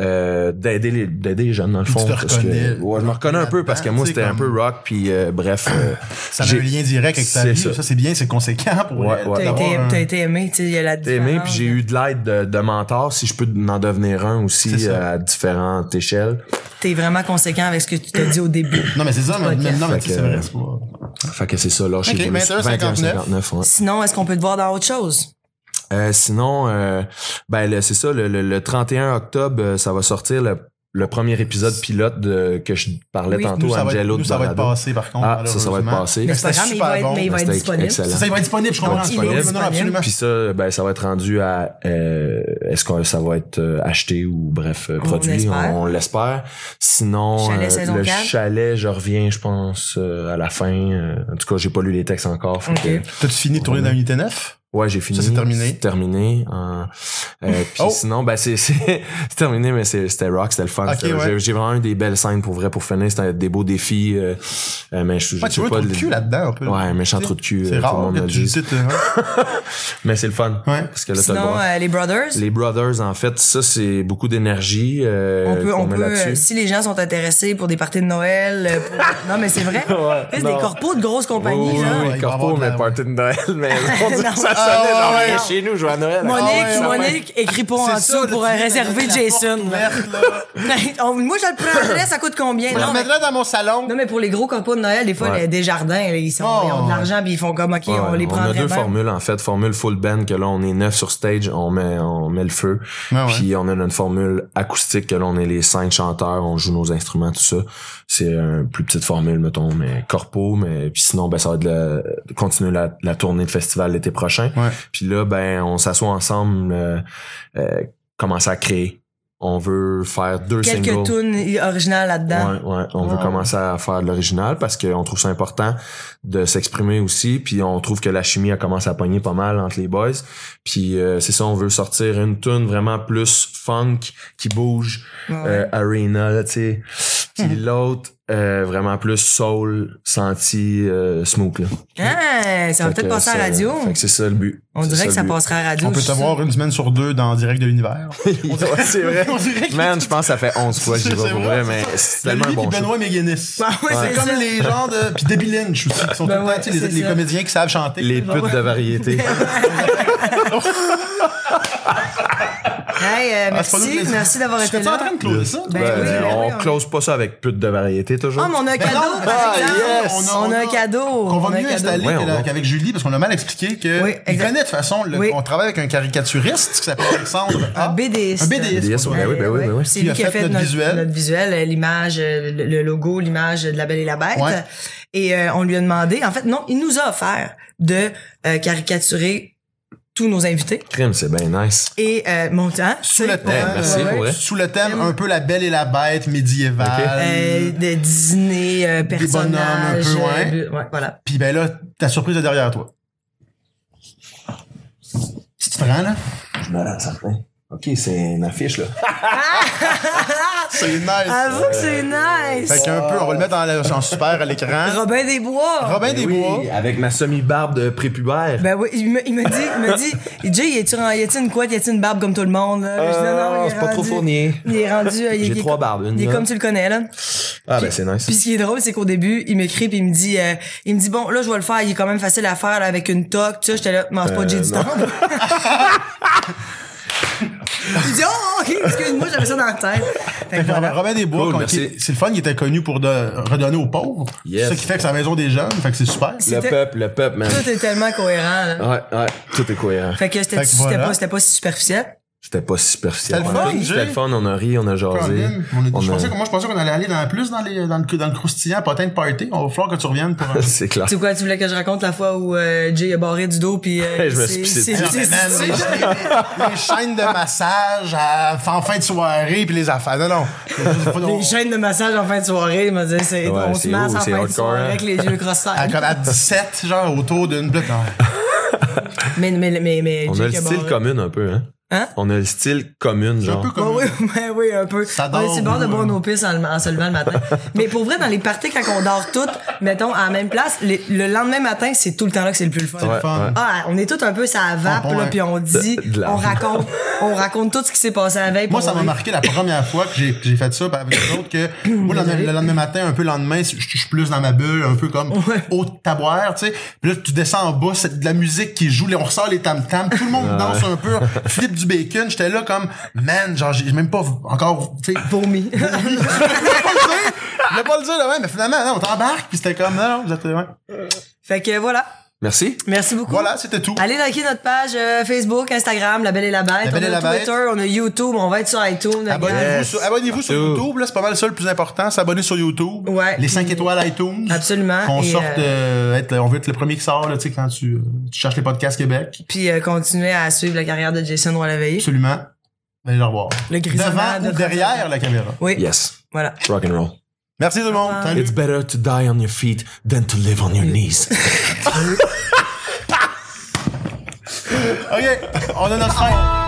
d'aider les jeunes dans le fond. Tu te reconnais. Je me reconnais un peu parce que moi c'était un peu rock, puis bref. Ça a un lien direct avec ta vie. Ça c'est bien, c'est conséquent pour. T'as été aimé, tu sais, il y a la différence. T'as aimé, puis j'ai eu de l'aide de mentors, si je peux en devenir un aussi à différentes échelles. T'es vraiment conséquent avec ce que tu t'as dit au début. Non, mais c'est ça, mais c'est vrai, c'est pas. Fait que c'est ça, là, chez 21,59. Ouais. Sinon, est-ce qu'on peut te voir dans autre chose? Sinon, c'est ça, le 31 octobre, ça va sortir le premier épisode pilote que je parlais tantôt, Angelo de Dorado. Ça va être passé, par contre. Ça va être passé. Mais c'est pas grave, mais il va être disponible. Excellent. Ça, il va être disponible, je comprends. Il est disponible. Absolument. Puis ça, ça va être rendu à, est-ce que ça va être acheté ou bref, produit? On l'espère. Sinon, le chalet, je reviens, je pense, à la fin. En tout cas, j'ai pas lu les textes encore. T'as-tu fini de tourner dans Unité 9? Ouais, j'ai fini. Ça, c'est terminé. C'est terminé. Puis sinon, c'est terminé, mais c'était rock, c'était le fun. Okay, j'ai vraiment eu des belles scènes pour vrai pour finir. C'était des beaux défis. Mais je tu veux un trou de cul là-dedans, un peu. Ouais, un méchant trou de cul. C'est rare que tu mais c'est le fun. Ouais. Parce que là, sinon, les Brothers? Les Brothers, en fait, ça, c'est beaucoup d'énergie. On peut si les gens sont intéressés pour des parties de Noël, non, mais c'est vrai. C'est des corpos de grosses compagnies, là. Oui, corpos, mais parties de Noël, mais chez nous, je vais à Noël. Monique, écris pas en dessous pour réserver Jason. Moi, je le prendrais, ça coûte combien? Je le mettrais dans mon salon. Non, mais pour les gros copeaux de Noël, des fois, les Desjardins, ils ont de l'argent puis ils font comme, OK, on les prendrait. On a deux formules, en fait. Formule full band, que là, on est 9 sur stage, on met le feu. Puis on a une formule acoustique, que là, on est les 5 chanteurs, on joue nos instruments, tout ça. C'est une plus petite formule, mettons, mais corpo, mais puis sinon, ça va être de continuer la tournée de festival l'été prochain. Puis là, on s'assoit ensemble, commencer à créer. On veut faire 2 singles. Quelques tunes originales là-dedans. Ouais. On veut commencer à faire de l'original parce qu'on trouve ça important de s'exprimer aussi. Puis on trouve que la chimie a commencé à pogner pas mal entre les boys. Puis c'est ça, on veut sortir une tune vraiment plus funk qui bouge, arena, tu sais. Puis l'autre, vraiment plus soul, senti, smooth, là. Ça va peut-être passer à la radio. Fait que c'est ça le but. On dirait que ça passerait à radio. On peut te voir une semaine sur 2 dans Direct de l'Univers. C'est vrai. Man, je pense que ça fait 11 fois que j'y vais pour vrai, mais c'est tellement un bon show. Benoît Méguinness. Ouais, c'est comme les gens de... Puis Debbie Lynch aussi, qui sont tout le temps, les comédiens qui savent chanter. Les putes de variété. Hey, merci d'avoir été là. Tu en train de closer ça? On close pas ça avec putes de variété, toujours. Ah, mais on a un cadeau, par exemple. On a un cadeau. On va mieux installer qu'avec Julie, parce qu'on a mal expliqué que il connaît de toute façon, on travaille avec un caricaturiste qui s'appelle Alexandre. Un BDiste. Un BDiste. Oui. C'est lui qui a fait notre visuel, l'image, le logo, l'image de La Belle et la Bête. Ouais. Et on lui a demandé, en fait, non, il nous a offert de caricaturer tous nos invités. Crime, c'est bien nice. Et mon temps. Sous le thème, merci, ouais. Sous le thème un peu La Belle et la Bête médiévale. De Disney, personnages. Des bonhommes un peu, ouais, voilà. Puis ben là, ta surprise est derrière toi. C'est différent, là? Je me rends certain. OK, c'est une affiche, là. C'est nice. Avoue que c'est nice. Fait qu'un peu, on va le mettre en super à l'écran. Robin des Bois. Robin des Bois. Avec ma semi-barbe de prépubère. Ben oui, il m'a dit, Jay, y a-tu une couette, y a-tu une barbe comme tout le monde, là? Je dis, non, c'est pas trop fournier. Il est rendu, j'ai 3 barbes. Il est comme tu le connais, là. Ah, ben, c'est nice. Puis ce qui est drôle, c'est qu'au début, il m'écrit pis il me dit, bon, là, je vais le faire, il est quand même facile à faire, là, avec une toque, tu sais, j'étais là, mange pas de Jay du temps. Il dit, oh, ok, excuse-moi, j'avais ça dans la tête. Fait que voilà. Robin des Bois, cool, c'est le fun, il était connu pour redonner aux pauvres. Yes. C'est ça qui fait que c'est la maison des jeunes, fait que c'est super. Le peuple, man. Tout est tellement cohérent, là. Ouais, tout est cohérent. Fait que c'était pas si superficiel. C'était pas superficiel. C'était le fun, on a ri, on a jasé. Moi, je pensais qu'on allait aller dans le croustillant potin de party. On va falloir que tu reviennes pour un... C'est clair. Tu sais quoi, tu voulais que je raconte la fois où Jay a barré du dos pis je me suis pissé les chaînes de massage en fin de soirée pis les affaires. Non. Les chaînes de massage en fin de soirée, on se masse en fin de soirée avec les yeux crossés. À 17, genre, autour d'une bloc. Mais on a le style commun un peu, hein? Hein? On a le style commune, genre. Un peu comme... oui, un peu. On est sur le bord de boire nos pisses en se levant le matin. Mais pour vrai, dans les parties, quand on dort toutes, mettons, à la même place, le lendemain matin, c'est tout le temps là que c'est le plus le fun. Ouais. Ah, on est tous un peu ça vape, là, puis on dit, on raconte tout ce qui s'est passé la veille. Moi, ça m'a marqué la première fois que j'ai fait ça avec les autres, que moi, le lendemain matin, un peu le lendemain, je suis plus dans ma bulle, un peu comme haute taboire, tu sais. Puis là, tu descends en bas, c'est de la musique qui joue, on ressort les tam-tams, tout le monde danse un peu, flip du bacon, j'étais là comme, man, genre, j'ai même pas encore, tu sais. Vomi. Je voulais pas le dire, là, mais finalement, non, on t'embarque, pis c'était comme, non, vous êtes, Fait que voilà. Merci beaucoup. Voilà, c'était tout. Allez liker notre page Facebook, Instagram, La Belle et la Bête. On a Twitter, on a YouTube, on va être sur iTunes. Abonnez-vous sur YouTube, là, c'est pas mal ça le plus important, s'abonner sur YouTube. Ouais. Les 5 étoiles iTunes. Absolument. On veut être le premier qui sort, là, tu sais, quand tu cherches les podcasts Québec. Puis continuer à suivre la carrière de Jason Roy-Laveille. Absolument. Allez le revoir. Le grisonnant devant ou derrière la caméra. Oui. Yes. Voilà. Rock and roll. Merci tout le monde. Salut. It's better to die on your feet than to live on your knees. OK, on a notre fin.